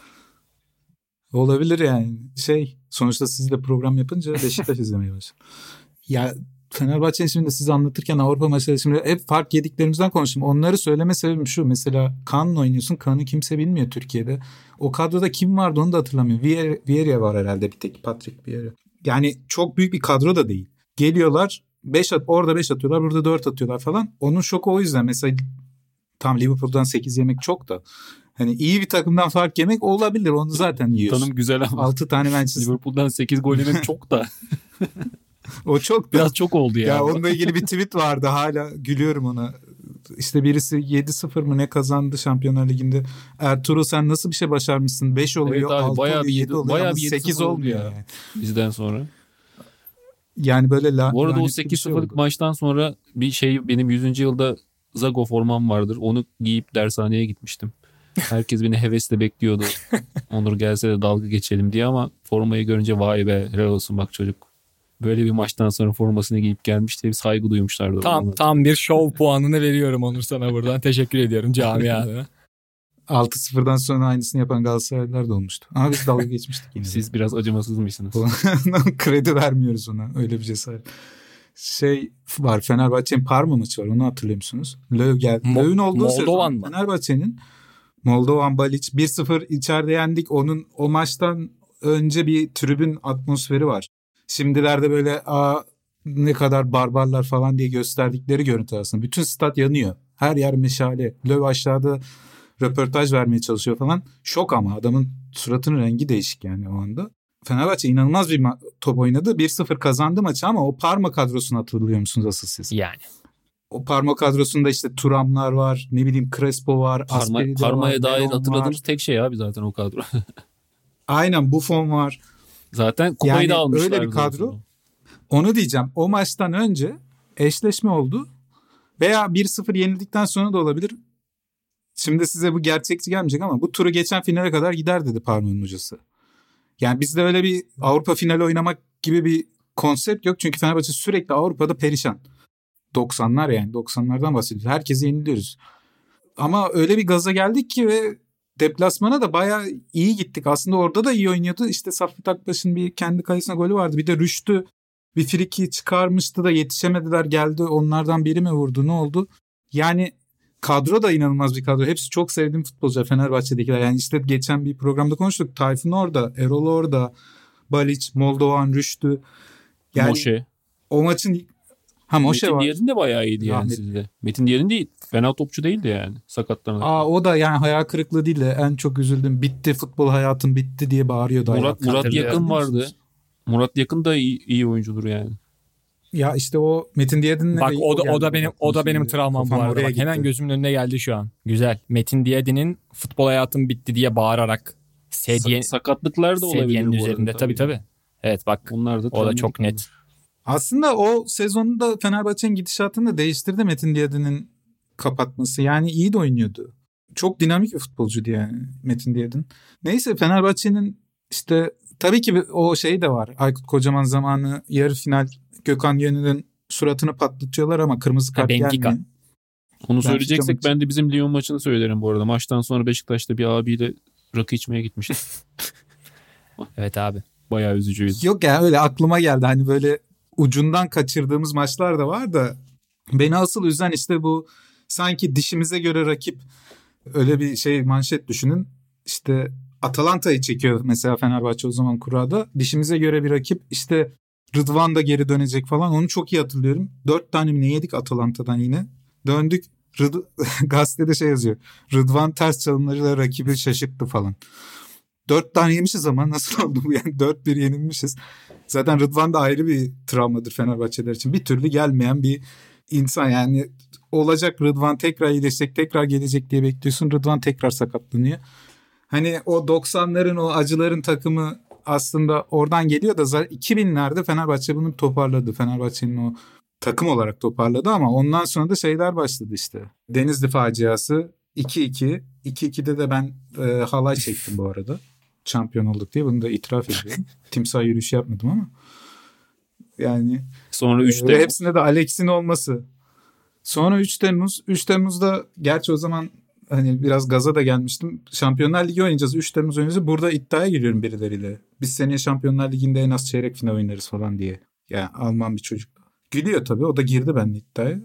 Olabilir yani. Sonuçta siz de program yapınca Beşiktaş izlemeye başladım. Ya Fenerbahçe'nin şimdi siz anlatırken Avrupa maçları şimdi hep fark yediklerimizden konuştum. Onları söyleme sebebim şu. Mesela Kaan'la oynuyorsun. Kaan'ı kimse bilmiyor Türkiye'de. O kadroda kim vardı onu da hatırlamıyorum. Vieira var herhalde bir tek. Patrick Vieira. Yani çok büyük bir kadro da değil. Geliyorlar orada 5 atıyorlar, burada 4 atıyorlar falan. Onun şoku o yüzden. Mesela tam Liverpool'dan 8 yemek çok da. Hani iyi bir takımdan fark yemek olabilir. Onu zaten yiyorsun. Tanım güzel ama. 6 tane Manchester. Liverpool'dan 8 gol yemek çok da. O çok da. Biraz çok oldu ya. Ya onunla ilgili bir tweet vardı. Hala gülüyorum ona. İşte birisi 7-0 mı ne kazandı Şampiyonlar Ligi'nde. Ertuğrul sen nasıl bir şey başarmışsın? 5 oluyor, evet abi, 6 bayağı oluyor, 7 oluyor ama 8 olmuyor. ya. Yani. Bizden sonra. Yani böyle bu arada o 8-0'lık maçtan sonra bir şey, benim 100. yılda Zago formam vardır. Onu giyip dershaneye gitmiştim. Herkes beni hevesle bekliyordu. Onur gelse de dalga geçelim diye ama formayı görünce vay be helal olsun bak çocuk. Böyle bir maçtan sonra formasını giyip gelmiş diye bir saygı duymuşlardı. Tam bir şov puanını veriyorum Onur sana buradan. Teşekkür ediyorum camiana. 6-0'dan sonra aynısını yapan Galatasaraylılar da olmuştu. Ama biz dalga geçmiştik yine. Siz biraz acımasız mısınız? Kredi vermiyoruz ona. Öyle bir cesaret. Var, Fenerbahçe'nin Parma maçı var. Onu hatırlıyor musunuz? Löw geldi. Löw'ün olduğu sezon Fenerbahçe'nin Moldovan Balic 1-0 içeride yendik. Onun o maçtan önce bir tribün atmosferi var. Şimdilerde böyle ne kadar barbarlar falan diye gösterdikleri görüntü aslında. Bütün stat yanıyor. Her yer meşale. Löw aşağıda röportaj vermeye çalışıyor falan. Şok ama adamın suratının rengi değişik yani o anda. Fenerbahçe inanılmaz bir top oynadı. 1-0 kazandı maçı ama o Parma kadrosunu hatırlıyor musunuz asıl siz? Yani. O Parma kadrosunda işte Thuramlar var, ne bileyim Crespo var, Asperi Parma'ya dair hatırladığımız tek şey abi zaten o kadro. Aynen, Buffon var. Zaten kupayı yani da almışlar. Öyle bir kadro. Zaten. Onu diyeceğim. O maçtan önce eşleşme oldu. Veya 1-0 yenildikten sonra da olabilir. Şimdi size bu gerçekçi gelmeyecek ama bu turu geçen finale kadar gider dedi Parma'nın hocası. Yani bizde öyle bir Avrupa finali oynamak gibi bir konsept yok. Çünkü Fenerbahçe sürekli Avrupa'da perişan. 90'lar yani 90'lardan bahsediyoruz. Herkese yeniliyoruz. Ama öyle bir gaza geldik ki ve deplasmana da bayağı iyi gittik. Aslında orada da iyi oynuyordu. İşte Saffet Akbaş'ın bir kendi kalesine golü vardı. Bir de Rüştü bir friki çıkarmıştı da yetişemediler, geldi. Onlardan biri mi vurdu, ne oldu? Yani kadro da inanılmaz bir kadro. Hepsi çok sevdiğim futbolcular Fenerbahçe'dekiler. Yani işte geçen bir programda konuştuk. Tayfun orada, Erol orada, Balic, Moldovan, Rüştü. Yani Moşe. o maçın Moşe Metin var. Diyer'in de bayağı iyiydi yani Rahmetli. sizde. Metin Diyer'in değil. Fena topçu değildi yani. Sakatlarına. O da yani hayal kırıklığı değil de en çok üzüldüm. Bitti, futbol hayatım bitti diye bağırıyordu. Murat hatırlıyorum. Yakın vardı. Murat Yakın da iyi oyuncudur yani. Ya işte o Metin Diyer'in Bak o da benim travmam bu arada. Bak, hemen gözümün önüne geldi şu an. Güzel. Metin Diyer'in futbol hayatım bitti diye bağırarak Sakatlıklar da olabilir sedyenin bu üzerinde. arada. Tabii. Evet bak. Onlar da O da çok net. Aslında o sezonda Fenerbahçe'nin gidişatını da değiştirdi Metin Diyer'in kapatması. Yani iyi de oynuyordu. Çok dinamik bir futbolcuydu yani Metin Diyer'in. Neyse, Fenerbahçe'nin işte tabii ki o şey de var. Aykut Kocaman zamanı yarı final Gökhan Gönül'ün suratını patlatıyorlar ama kırmızı kart gelmiyor. Onu söyleyeceksek ben de bizim Lyon maçını söylerim bu arada. Maçtan sonra Beşiktaş'ta bir abiyle rakı içmeye gitmiştik. Evet abi. Bayağı üzücüydü. Yok ya, öyle aklıma geldi. Hani böyle ucundan kaçırdığımız maçlar da var da beni asıl üzen işte bu, sanki dişimize göre rakip, öyle bir şey manşet düşünün. İşte Atalanta'yı çekiyor mesela Fenerbahçe o zaman kurada. Dişimize göre bir rakip, işte Rıdvan da geri dönecek falan. Onu çok iyi hatırlıyorum. 4 tane mi ne yedik Atalanta'dan yine. Döndük. Gazetede şey yazıyor. Rıdvan ters çalımlarıyla rakibi şaşırttı falan. 4 tane yemişiz ama nasıl oldu bu yani? 4-1 yenilmişiz. Zaten Rıdvan da ayrı bir travmadır Fenerbahçeler için. Bir türlü gelmeyen bir insan yani. Olacak, Rıdvan tekrar iyileşecek, tekrar gelecek diye bekliyorsun. Rıdvan tekrar sakatlanıyor. Hani o 90'ların o acıların takımı aslında oradan geliyor da 2000'lerde Fenerbahçe bunu toparladı. Fenerbahçe'nin o takım olarak toparladı ama ondan sonra da şeyler başladı işte. Denizli faciası 2-2. 2-2'de de ben halay çektim bu arada. Şampiyon olduk diye, bunu da itiraf ediyorum. Timsah yürüyüşü yapmadım ama. Yani sonra 3'te ve hepsinde de Alex'in olması. Sonra 3 Temmuz. 3 Temmuz'da gerçi o zaman hani biraz gaza da gelmiştim. Şampiyonlar Ligi oynayacağız. 3 Temmuz oynayacağız. Burada iddiaya giriyorum birileriyle. Biz seneye Şampiyonlar Ligi'nde en az çeyrek final oynarız falan diye. Yani Alman bir çocuk. Gülüyor tabii. O da girdi benimle iddiaya.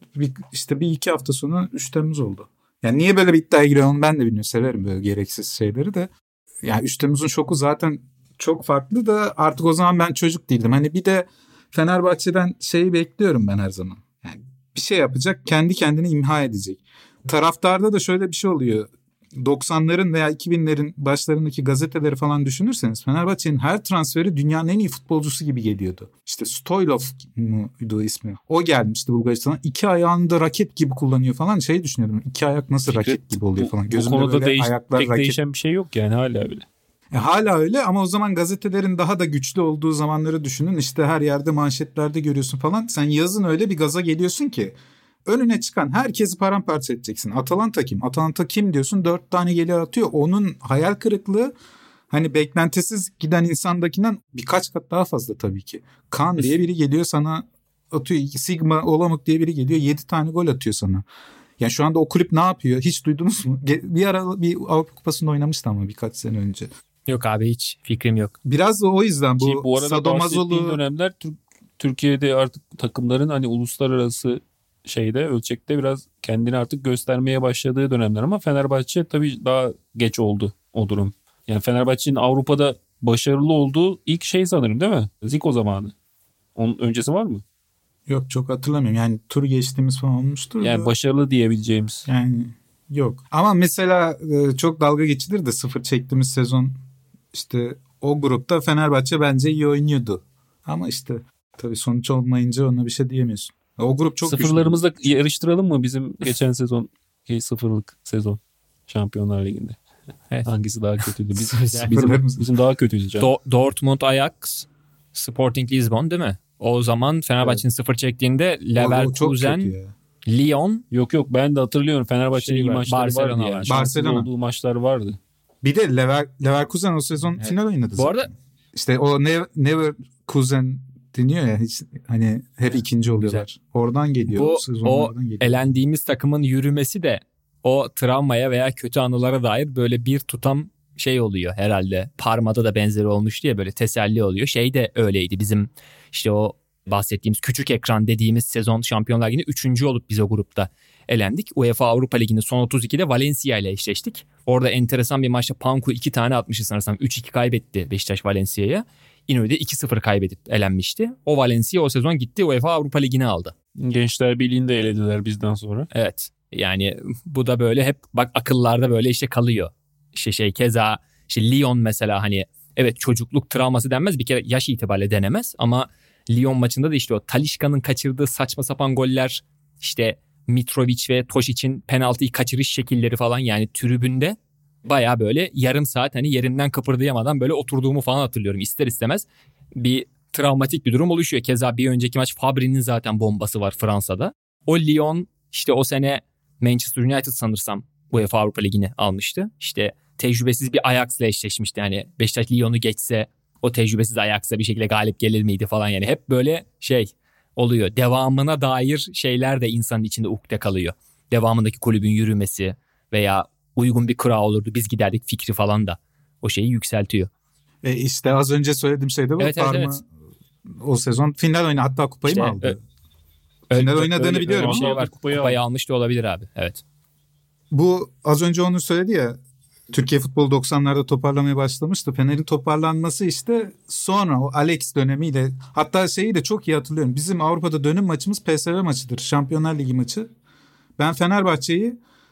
İşte bir iki hafta sonra 3 Temmuz oldu. Yani niye böyle bir iddiaya giriyor onu ben de bilmiyorum. Severim böyle gereksiz şeyleri de. Yani 3 Temmuz'un şoku zaten çok farklı da artık o zaman ben çocuk değildim. Hani bir de Fenerbahçe'den şeyi bekliyorum ben her zaman. Yani bir şey yapacak, kendi kendini imha edecek. Taraftarda da şöyle bir şey oluyor. 90'ların veya 2000'lerin başlarındaki gazeteleri falan düşünürseniz Fenerbahçe'nin her transferi dünyanın en iyi futbolcusu gibi geliyordu. İşte Stoylov muydu ismi? O gelmişti Bulgaristan'a. 2 ayağını da raket gibi kullanıyor falan. Şey düşünüyordum. 2 ayak nasıl raket gibi oluyor falan. Gözümde bu konuda ayaklar pek raket. değişen bir şey yok yani, hala öyle. Hala öyle ama o zaman gazetelerin daha da güçlü olduğu zamanları düşünün. İşte her yerde manşetlerde görüyorsun falan. Sen yazın öyle bir gaza geliyorsun ki önüne çıkan herkesi paramparça edeceksin. Atalanta kim? Atalanta kim diyorsun? 4 tane geliyor atıyor. Onun hayal kırıklığı hani beklentisiz giden insandakinden birkaç kat daha fazla tabii ki. Kan diye biri geliyor sana atıyor. Sigma Olamuk diye biri geliyor 7 tane gol atıyor sana. Yani şu anda o kulüp ne yapıyor? Hiç duydunuz mu? Bir ara bir Avrupa Kupası'nda oynamıştı ama birkaç sene önce. Yok abi, hiç fikrim yok. Biraz da o yüzden bu arada bahsettiğin dönemler Türkiye'de artık takımların hani uluslararası şeyde, ölçekte biraz kendini artık göstermeye başladığı dönemler ama Fenerbahçe tabii daha geç oldu o durum. Yani Fenerbahçe'nin Avrupa'da başarılı olduğu ilk şey sanırım değil mi? Zico zamanı. Onun öncesi var mı? Yok, çok hatırlamıyorum. Yani tur geçtiğimiz falan olmuştur. Yani da. Başarılı diyebileceğimiz. Yani yok. Ama mesela çok dalga geçilir de 0 çektiğimiz sezon işte o grupta Fenerbahçe bence iyi oynuyordu. Ama işte tabii sonuç olmayınca ona bir şey diyemiyorsun. O grup çok Sıfırlarımızla yarıştıralım mı bizim geçen sezon sıfırlık sezon Şampiyonlar Ligi'nde? Evet. Hangisi daha kötüydü? Bizim daha kötüydü canım. Dortmund, Ajax, Sporting Lisbon değil mi? O zaman Fenerbahçe'nin 0 çektiğinde Leverkusen, Lyon. Yok ben de hatırlıyorum. Fenerbahçe'nin iyi maçları Barcelona vardı yani. Barcelona olduğu maçlar vardı. Bir de Leverkusen o sezon final oynadı. Bu arada işte o Neverkusen deniyor ya, hiç, hani hep ikinci oluyorlar. Güzel. Oradan geliyor. O elendiğimiz takımın yürümesi de o travmaya veya kötü anılara dair böyle bir tutam şey oluyor herhalde. Parma'da da benzeri olmuş diye böyle teselli oluyor. Şey de öyleydi, bizim işte o bahsettiğimiz küçük ekran dediğimiz sezon Şampiyonlar Ligi'nde 3. olup biz o grupta elendik. UEFA Avrupa Ligi'nin son 32'de Valencia ile eşleştik. Orada enteresan bir maçta Panku 2 tane atmıştı sanırsam. 3-2 kaybetti Beşiktaş Valencia'ya. İnönü'de 2-0 kaybedip elenmişti. O Valencia o sezon gitti UEFA Avrupa Ligi'ni aldı. Gençler Birliği'nde elediler bizden sonra. Evet. Yani bu da böyle hep bak akıllarda böyle işte kalıyor. İşte keza işte Lyon mesela, hani evet çocukluk travması denmez, bir kere yaş itibariyle denemez ama Lyon maçında da işte o Talisca'nın kaçırdığı saçma sapan goller, işte Mitrovic ve Tošic'in penaltıyı kaçırış şekilleri falan, yani tribünde baya böyle yarım saat hani yerimden kıpırdayamadan böyle oturduğumu falan hatırlıyorum. İster istemez bir travmatik bir durum oluşuyor. Keza bir önceki maç Fabry'nin zaten bombası var Fransa'da. O Lyon işte o sene Manchester United sanırsam UEFA Avrupa Ligi'ni almıştı. İşte tecrübesiz bir Ajax'la eşleşmişti. Yani Beşiktaş Lyon'u geçse o tecrübesiz Ajax'a bir şekilde galip gelir miydi falan, yani hep böyle şey oluyor. Devamına dair şeyler de insanın içinde ukde kalıyor. Devamındaki kulübün yürümesi veya uygun bir kura olurdu biz giderdik fikri falan da o şeyi yükseltiyor. İşte az önce söylediğim şey de bu. Evet, Parma evet. O sezon final oynadı, hatta kupayı işte, mı aldı? Final oynadığını biliyorum. Şey var, kupayı almış da olabilir abi. Evet. Bu az önce onu söyledi ya, Türkiye futbolu 90'larda toparlamaya başlamıştı. Fener'in toparlanması işte sonra o Alex dönemiyle, hatta şeyi de çok iyi hatırlıyorum. Bizim Avrupa'da dönüm maçımız PSV maçıdır. Şampiyonlar Ligi maçı. Ben Fenerbahçe'yi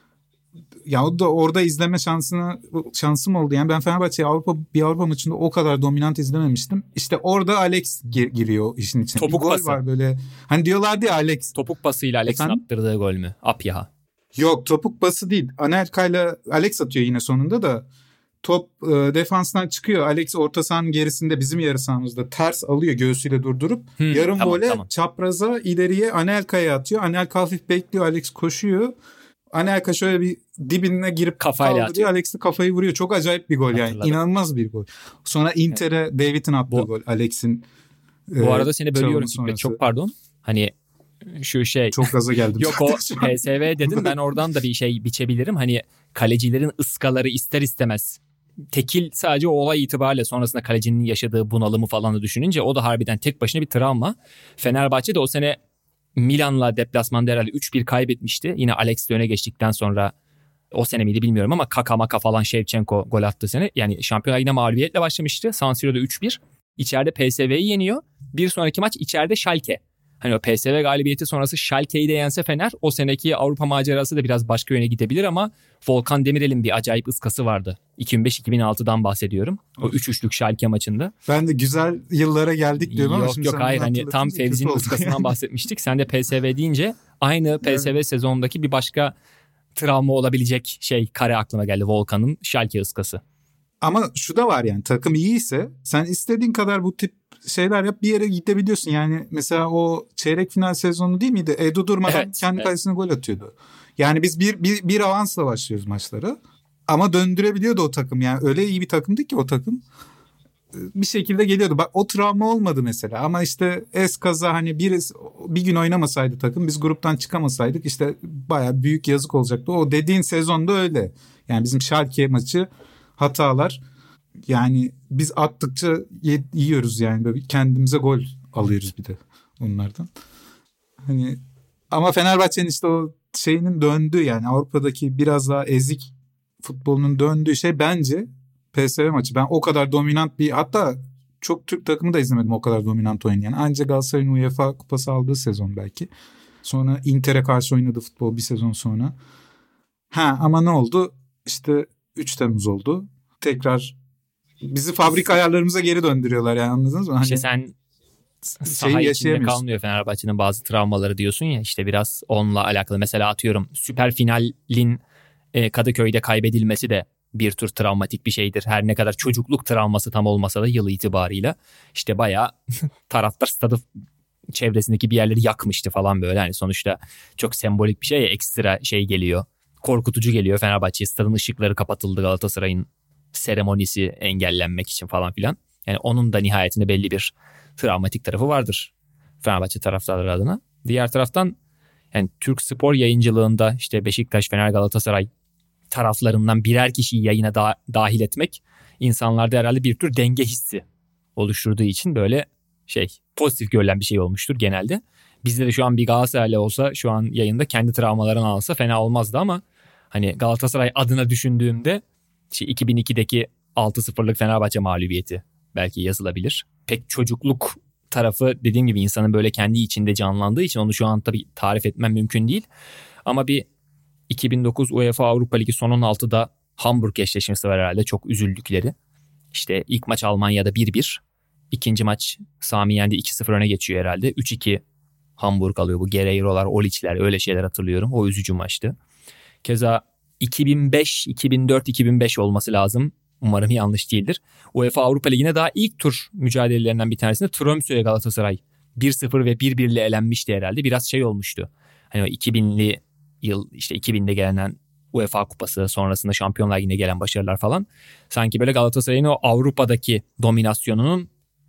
ya o da orada izleme şansım oldu. Yani ben Fenerbahçe'yi bir Avrupa maçında o kadar dominant izlememiştim. İşte orada Alex giriyor işin içine. Topuk bir gol pası var böyle. Hani diyorlardı ya Alex. Topuk pasıyla Alex'in attırdığı gol mü? Apyaha. Yok, topuk pası değil. Anelka'yla Alex atıyor yine sonunda da. Top defanstan çıkıyor. Alex orta sahanın gerisinde bizim yarı sahamızda ters alıyor göğsüyle durdurup. Yarım vole çapraza ileriye Anelka'ya atıyor. Anelka hafif bekliyor. Alex koşuyor. Anelka şöyle bir dibine girip kafayla atıyor. Alex de kafayı vuruyor. Çok acayip bir gol yani. Hatırladım. İnanılmaz bir gol. Sonra Inter'e David'in attığı gol. Alex'in bu arada seni bölüyorum Fikret. Çok pardon. Hani şu şey. Çok gaza geldim. Yok o PSV dedim, ben oradan da bir şey biçebilirim. Hani kalecilerin ıskaları ister istemez. Tekil sadece o olay itibariyle sonrasında kalecinin yaşadığı bunalımı falan da düşününce o da harbiden tek başına bir travma. Fenerbahçe de o sene Milan'la deplasmanda herhalde 3-1 kaybetmişti. Yine Alex de öne geçtikten sonra, o sene miydi bilmiyorum ama Kaka falan Shevchenko gol attığı sene. Yani Şampiyonlar yine mağlubiyetle başlamıştı. San Siro'da 3-1. İçeride PSV'yi yeniyor. Bir sonraki maç içeride Schalke. Hani o PSV galibiyeti sonrası Schalke'yi de yense Fener, o seneki Avrupa macerası da biraz başka yöne gidebilir ama Volkan Demirel'in bir acayip ıskası vardı. 2005-2006'dan bahsediyorum. O 3-3'lük Schalke maçında. Ben de güzel yıllara geldik diyorum ama yok hayır, hani tam Fevzi'nin ıskasından bahsetmiştik. Sen de PSV deyince aynı PSV sezonundaki bir başka travma olabilecek kare aklıma geldi, Volkan'ın Schalke ıskası. Ama şu da var, yani takım iyiyse sen istediğin kadar bu tip şeyler yap, bir yere gidebiliyorsun. Yani mesela o çeyrek final sezonu değil miydi? Edu durmadan kendi kalesine gol atıyordu. Yani biz bir avansla başlıyoruz maçlara. Ama döndürebiliyordu o takım. Yani öyle iyi bir takımdı ki o takım. Bir şekilde geliyordu. Bak o travma olmadı mesela. Ama işte eskaza hani bir gün oynamasaydı takım, biz gruptan çıkamasaydık işte bayağı büyük yazık olacaktı. O dediğin sezonda öyle. Yani bizim Schalke maçı hatalar. Yani biz attıkça yiyoruz yani, böyle kendimize gol alıyoruz bir de onlardan. Hani ama Fenerbahçe'nin işte o şeyinin döndüğü, yani Avrupa'daki biraz daha ezik futbolunun döndüğü şey bence PSV maçı. Ben o kadar dominant hatta çok Türk takımı da izlemedim o kadar dominant oynayan. Ancak Galatasaray'ın UEFA kupası aldığı sezon belki. Sonra Inter'e karşı oynadı futbol bir sezon sonra. Ama ne oldu? İşte 3 Temmuz oldu. Tekrar bizi fabrika ayarlarımıza geri döndürüyorlar, yani anladınız mı? Hani İşte sen saha içinde kalmıyor Fenerbahçe'nin bazı travmaları diyorsun ya, işte biraz onunla alakalı. Mesela atıyorum süper finalin Kadıköy'de kaybedilmesi de bir tür travmatik bir şeydir. Her ne kadar çocukluk travması tam olmasa da yıl itibarıyla işte bayağı taraftar stadı çevresindeki bir yerleri yakmıştı falan böyle. Yani sonuçta çok sembolik bir şey ya, ekstra geliyor. Korkutucu geliyor Fenerbahçe'ye. Stadın ışıkları kapatıldı Galatasaray'ın seremonisi engellenmek için falan filan. Yani onun da nihayetinde belli bir travmatik tarafı vardır Fenerbahçe taraftarları adına. Diğer taraftan yani Türk spor yayıncılığında işte Beşiktaş, Fener, Galatasaray taraflarından birer kişiyi yayına dahil etmek insanlarda herhalde bir tür denge hissi oluşturduğu için böyle pozitif görülen bir şey olmuştur genelde. Bizde de şu an bir Galatasaraylı olsa şu an yayında kendi travmalarını alsa fena olmazdı ama hani Galatasaray adına düşündüğümde 2002'deki 6-0'lık Fenerbahçe mağlubiyeti belki yazılabilir. Pek çocukluk tarafı dediğim gibi insanın böyle kendi içinde canlandığı için onu şu an tabii tarif etmem mümkün değil. Ama bir 2009 UEFA Avrupa Ligi son 16'da Hamburg eşleşmesi var herhalde çok üzüldükleri. İşte ilk maç Almanya'da 1-1. İkinci maç Sami Yendi 2-0 öne geçiyor herhalde. 3-2 Hamburg alıyor. Bu Guerreiro'lar, Oliç'ler öyle şeyler hatırlıyorum. O üzücü maçtı. Keza 2005, 2004, 2005 olması lazım. Umarım yanlış değildir. UEFA Avrupa Ligi'ne daha ilk tur mücadelelerinden bir tanesinde Tromsø'ye Galatasaray 1-0 ve 1-1 ile elenmişti herhalde. Biraz olmuştu. Hani o 2000'li yıl işte 2000'de gelenen UEFA Kupası sonrasında Şampiyonlar Ligi'ne gelen başarılar falan. Sanki böyle Galatasaray'ın o Avrupa'daki dominasyonunun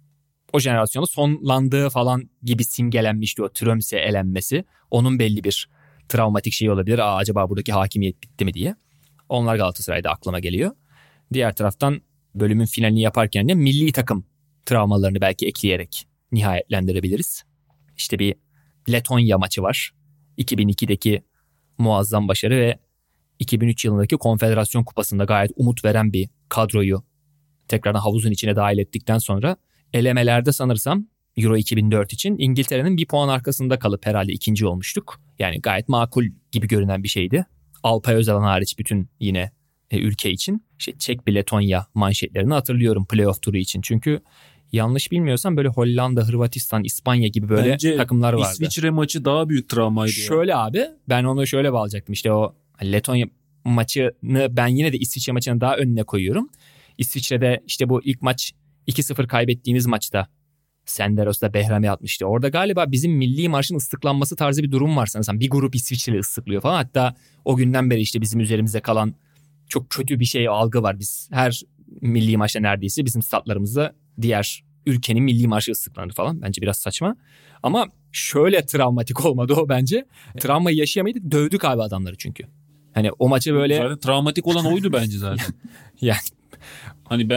o jenerasyonu sonlandığı falan gibi simgelenmişti o Tromsø elenmesi. Onun belli bir travmatik şey olabilir. Acaba buradaki hakimiyet bitti mi diye. Onlar Galatasaray'da aklıma geliyor. Diğer taraftan bölümün finalini yaparken de milli takım travmalarını belki ekleyerek nihayetlendirebiliriz. İşte bir Letonya maçı var. 2002'deki muazzam başarı ve 2003 yılındaki Konfederasyon Kupası'nda gayet umut veren bir kadroyu tekrardan havuzun içine dahil ettikten sonra elemelerde sanırsam Euro 2004 için İngiltere'nin bir puan arkasında kalıp herhalde ikinci olmuştuk. Yani gayet makul gibi görünen bir şeydi. Alpay Özalan hariç bütün yine ülke için. İşte Çek bir Letonya manşetlerini hatırlıyorum playoff turu için. Çünkü yanlış bilmiyorsam böyle Hollanda, Hırvatistan, İspanya gibi böyle bence takımlar vardı. İsviçre maçı daha büyük travmaydı. Şöyle ya. Abi ben onu şöyle bağlayacaktım. İşte o Letonya maçını ben yine de İsviçre maçını daha önüne koyuyorum. İsviçre'de işte bu ilk maç 2-0 kaybettiğimiz maçta Senderos'ta Behrami atmıştı. Orada galiba bizim milli marşın ıslıklanması tarzı bir durum var sanırsam. Bir grup İsviçreli ıslıklıyor falan. Hatta o günden beri işte bizim üzerimize kalan çok kötü bir algı var. Biz her milli maçta neredeyse bizim statlarımızda diğer ülkenin milli marşı ıslıklanır falan. Bence biraz saçma. Ama şöyle travmatik olmadı o bence. Travmayı yaşayamaydık. Dövdük abi adamları çünkü. Hani o maçı böyle... Zaten travmatik olan oydu bence zaten. Yani... Hani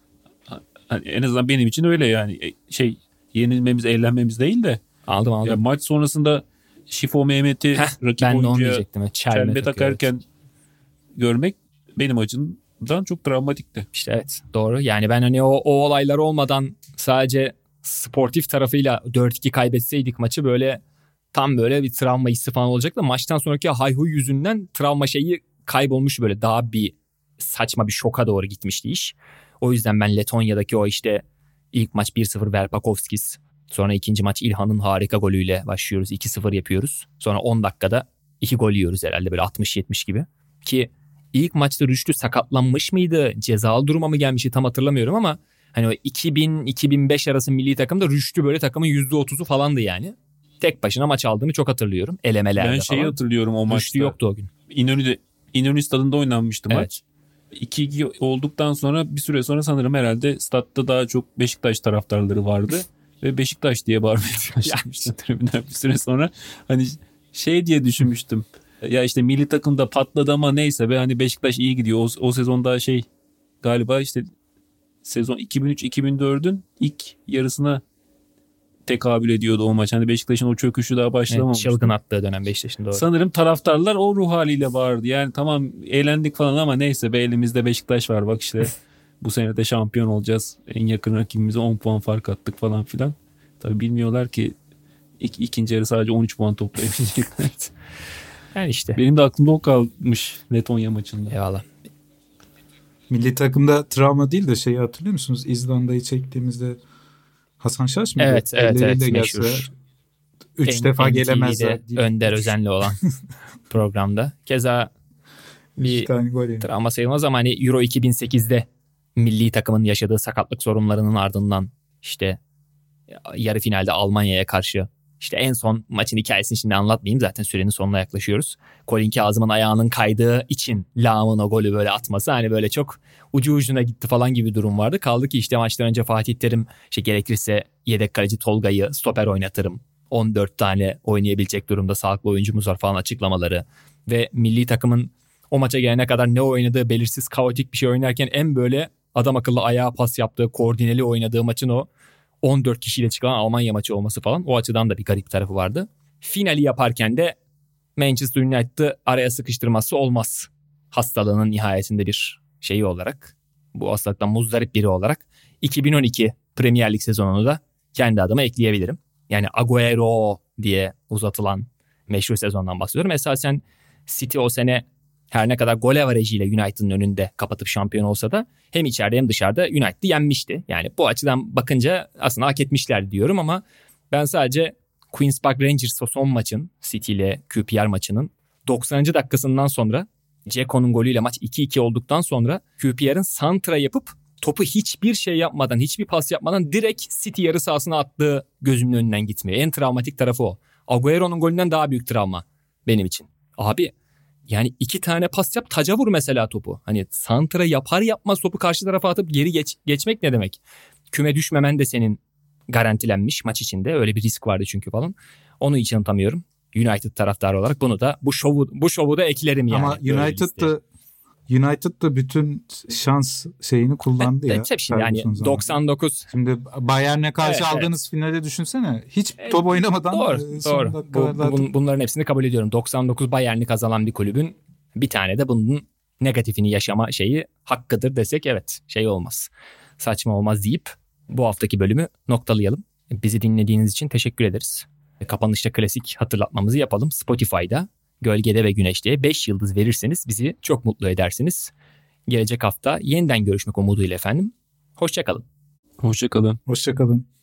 en azından benim için öyle yani. Yenilmemiz, eğlenmemiz değil de. Aldım. Ya maç sonrasında Şifo Mehmet'i rakip oyuncuya çelme takarken görmek benim açımdan çok travmatikti. İşte evet, doğru. Yani ben hani o olaylar olmadan sadece sportif tarafıyla 4-2 kaybetseydik maçı böyle tam böyle bir travma hissi falan olacaktı. Maçtan sonraki hayhuy yüzünden travma kaybolmuş, böyle daha bir saçma bir şoka doğru gitmişti iş. O yüzden ben Letonya'daki o işte ilk maç 1-0 Verpakovskis, sonra ikinci maç İlhan'ın harika golüyle başlıyoruz. 2-0 yapıyoruz. Sonra 10 dakikada 2 gol yiyoruz herhalde böyle 60-70 gibi. Ki ilk maçta Rüştü sakatlanmış mıydı? Cezalı duruma mı gelmişti tam hatırlamıyorum ama hani o 2000-2005 arası milli takımda Rüştü böyle takımın %30'u falandı yani. Tek başına maç aldığını çok hatırlıyorum. Elemelerde ben falan. Hatırlıyorum o maçta. Rüştü yoktu o gün. İnönü stadında oynanmıştı evet. Maç. 2-2 olduktan sonra bir süre sonra sanırım herhalde statta daha çok Beşiktaş taraftarları vardı. Ve Beşiktaş diye bağırmaya başlamıştı tribünler bir süre sonra. Hani diye düşünmüştüm. Ya işte milli takımda patladı ama neyse be, hani Beşiktaş iyi gidiyor. O sezonda galiba işte sezon 2003-2004'ün ilk yarısına tekabül ediyordu o maç. Hani Beşiktaş'ın o çöküşü daha başlamamıştı. Çılgın attığı dönem Beşiktaş'ın, doğru. Sanırım taraftarlar o ruh haliyle bağırdı. Yani tamam eğlendik falan ama neyse be, elimizde Beşiktaş var bak işte. Bu sene de şampiyon olacağız. En yakın rakibimize 10 puan fark attık falan filan. Tabii bilmiyorlar ki ikinci yarı sadece 13 puan toplayabilecekler. Yani işte. Benim de aklımda o kalmış Letonya maçında. Eyvallah. Milli takımda travma değil de hatırlıyor musunuz? İzlanda'yı çektiğimizde Hasan Şaş mıydı? Evet meşhur. 3 defa gelemezler. Önder Özen'le olan programda. Keza bir travma sayılmaz ama hani Euro 2008'de milli takımın yaşadığı sakatlık sorunlarının ardından işte yarı finalde Almanya'ya karşı İşte en son maçın hikayesini şimdi anlatmayayım. Zaten sürenin sonuna yaklaşıyoruz. Colin Kazım'ın ayağının kaydığı için Lağım'ın o golü böyle atması hani böyle çok ucu ucuna gitti falan gibi bir durum vardı. Kaldı ki işte maçtan önce Fatih Terim gerekirse yedek kaleci Tolga'yı stoper oynatırım. 14 tane oynayabilecek durumda sağlıklı oyuncumuz var falan açıklamaları. Ve milli takımın o maça gelene kadar ne oynadığı belirsiz kaotik bir şey oynarken en böyle adam akıllı ayağa pas yaptığı, koordineli oynadığı maçın o 14 kişiyle çıkan Almanya maçı olması falan, o açıdan da bir garip tarafı vardı. Finali yaparken de Manchester United'ı araya sıkıştırması olmaz. Hastalığının nihayetinde bir şeyi olarak, bu hastalıktan muzdarip biri olarak 2012 Premier Lig sezonunu da kendi adıma ekleyebilirim. Yani Agüero diye uzatılan meşhur sezondan bahsediyorum. Esasen City o sene her ne kadar gol averajıyla United'ın önünde kapatıp şampiyon olsa da hem içeride hem dışarıda United'ı yenmişti. Yani bu açıdan bakınca aslında hak etmişler diyorum ama ben sadece Queen's Park Rangers son maçın, City ile QPR maçının 90. dakikasından sonra Dzeko'nun golüyle maç 2-2 olduktan sonra QPR'ın santra yapıp topu hiçbir şey yapmadan, hiçbir pas yapmadan direkt City yarı sahasına attığı gözümün önünden gitmiyor. En travmatik tarafı o. Agüero'nun golünden daha büyük travma benim için. Abi yani 2 tane pas yap, taca vur mesela topu. Hani santra yapar yapmaz topu karşı tarafa atıp geri geçmek ne demek? Küme düşmemen de senin garantilenmiş maç içinde. Öyle bir risk vardı çünkü falan. Onu hiç unutamıyorum. United taraftarı olarak bunu da bu şovu da eklerim yani. Ama United da bütün şans şeyini kullandı ya. Hep şimdi yani 99. Şimdi Bayern'e karşı aldığınız finale düşünsene. Hiç top oynamadan doğru. Bunların hepsini kabul ediyorum. 99 Bayern'i kazanan bir kulübün bir tane de bunun negatifini yaşama şeyi hakkıdır desek evet olmaz. Saçma olmaz deyip bu haftaki bölümü noktalayalım. Bizi dinlediğiniz için teşekkür ederiz. Kapanışta klasik hatırlatmamızı yapalım. Spotify'da Gölgede ve Güneş'te 5 yıldız verirseniz bizi çok mutlu edersiniz. Gelecek hafta yeniden görüşmek umuduyla efendim. Hoşça kalın. Hoşça kalın. Hoşça kalın.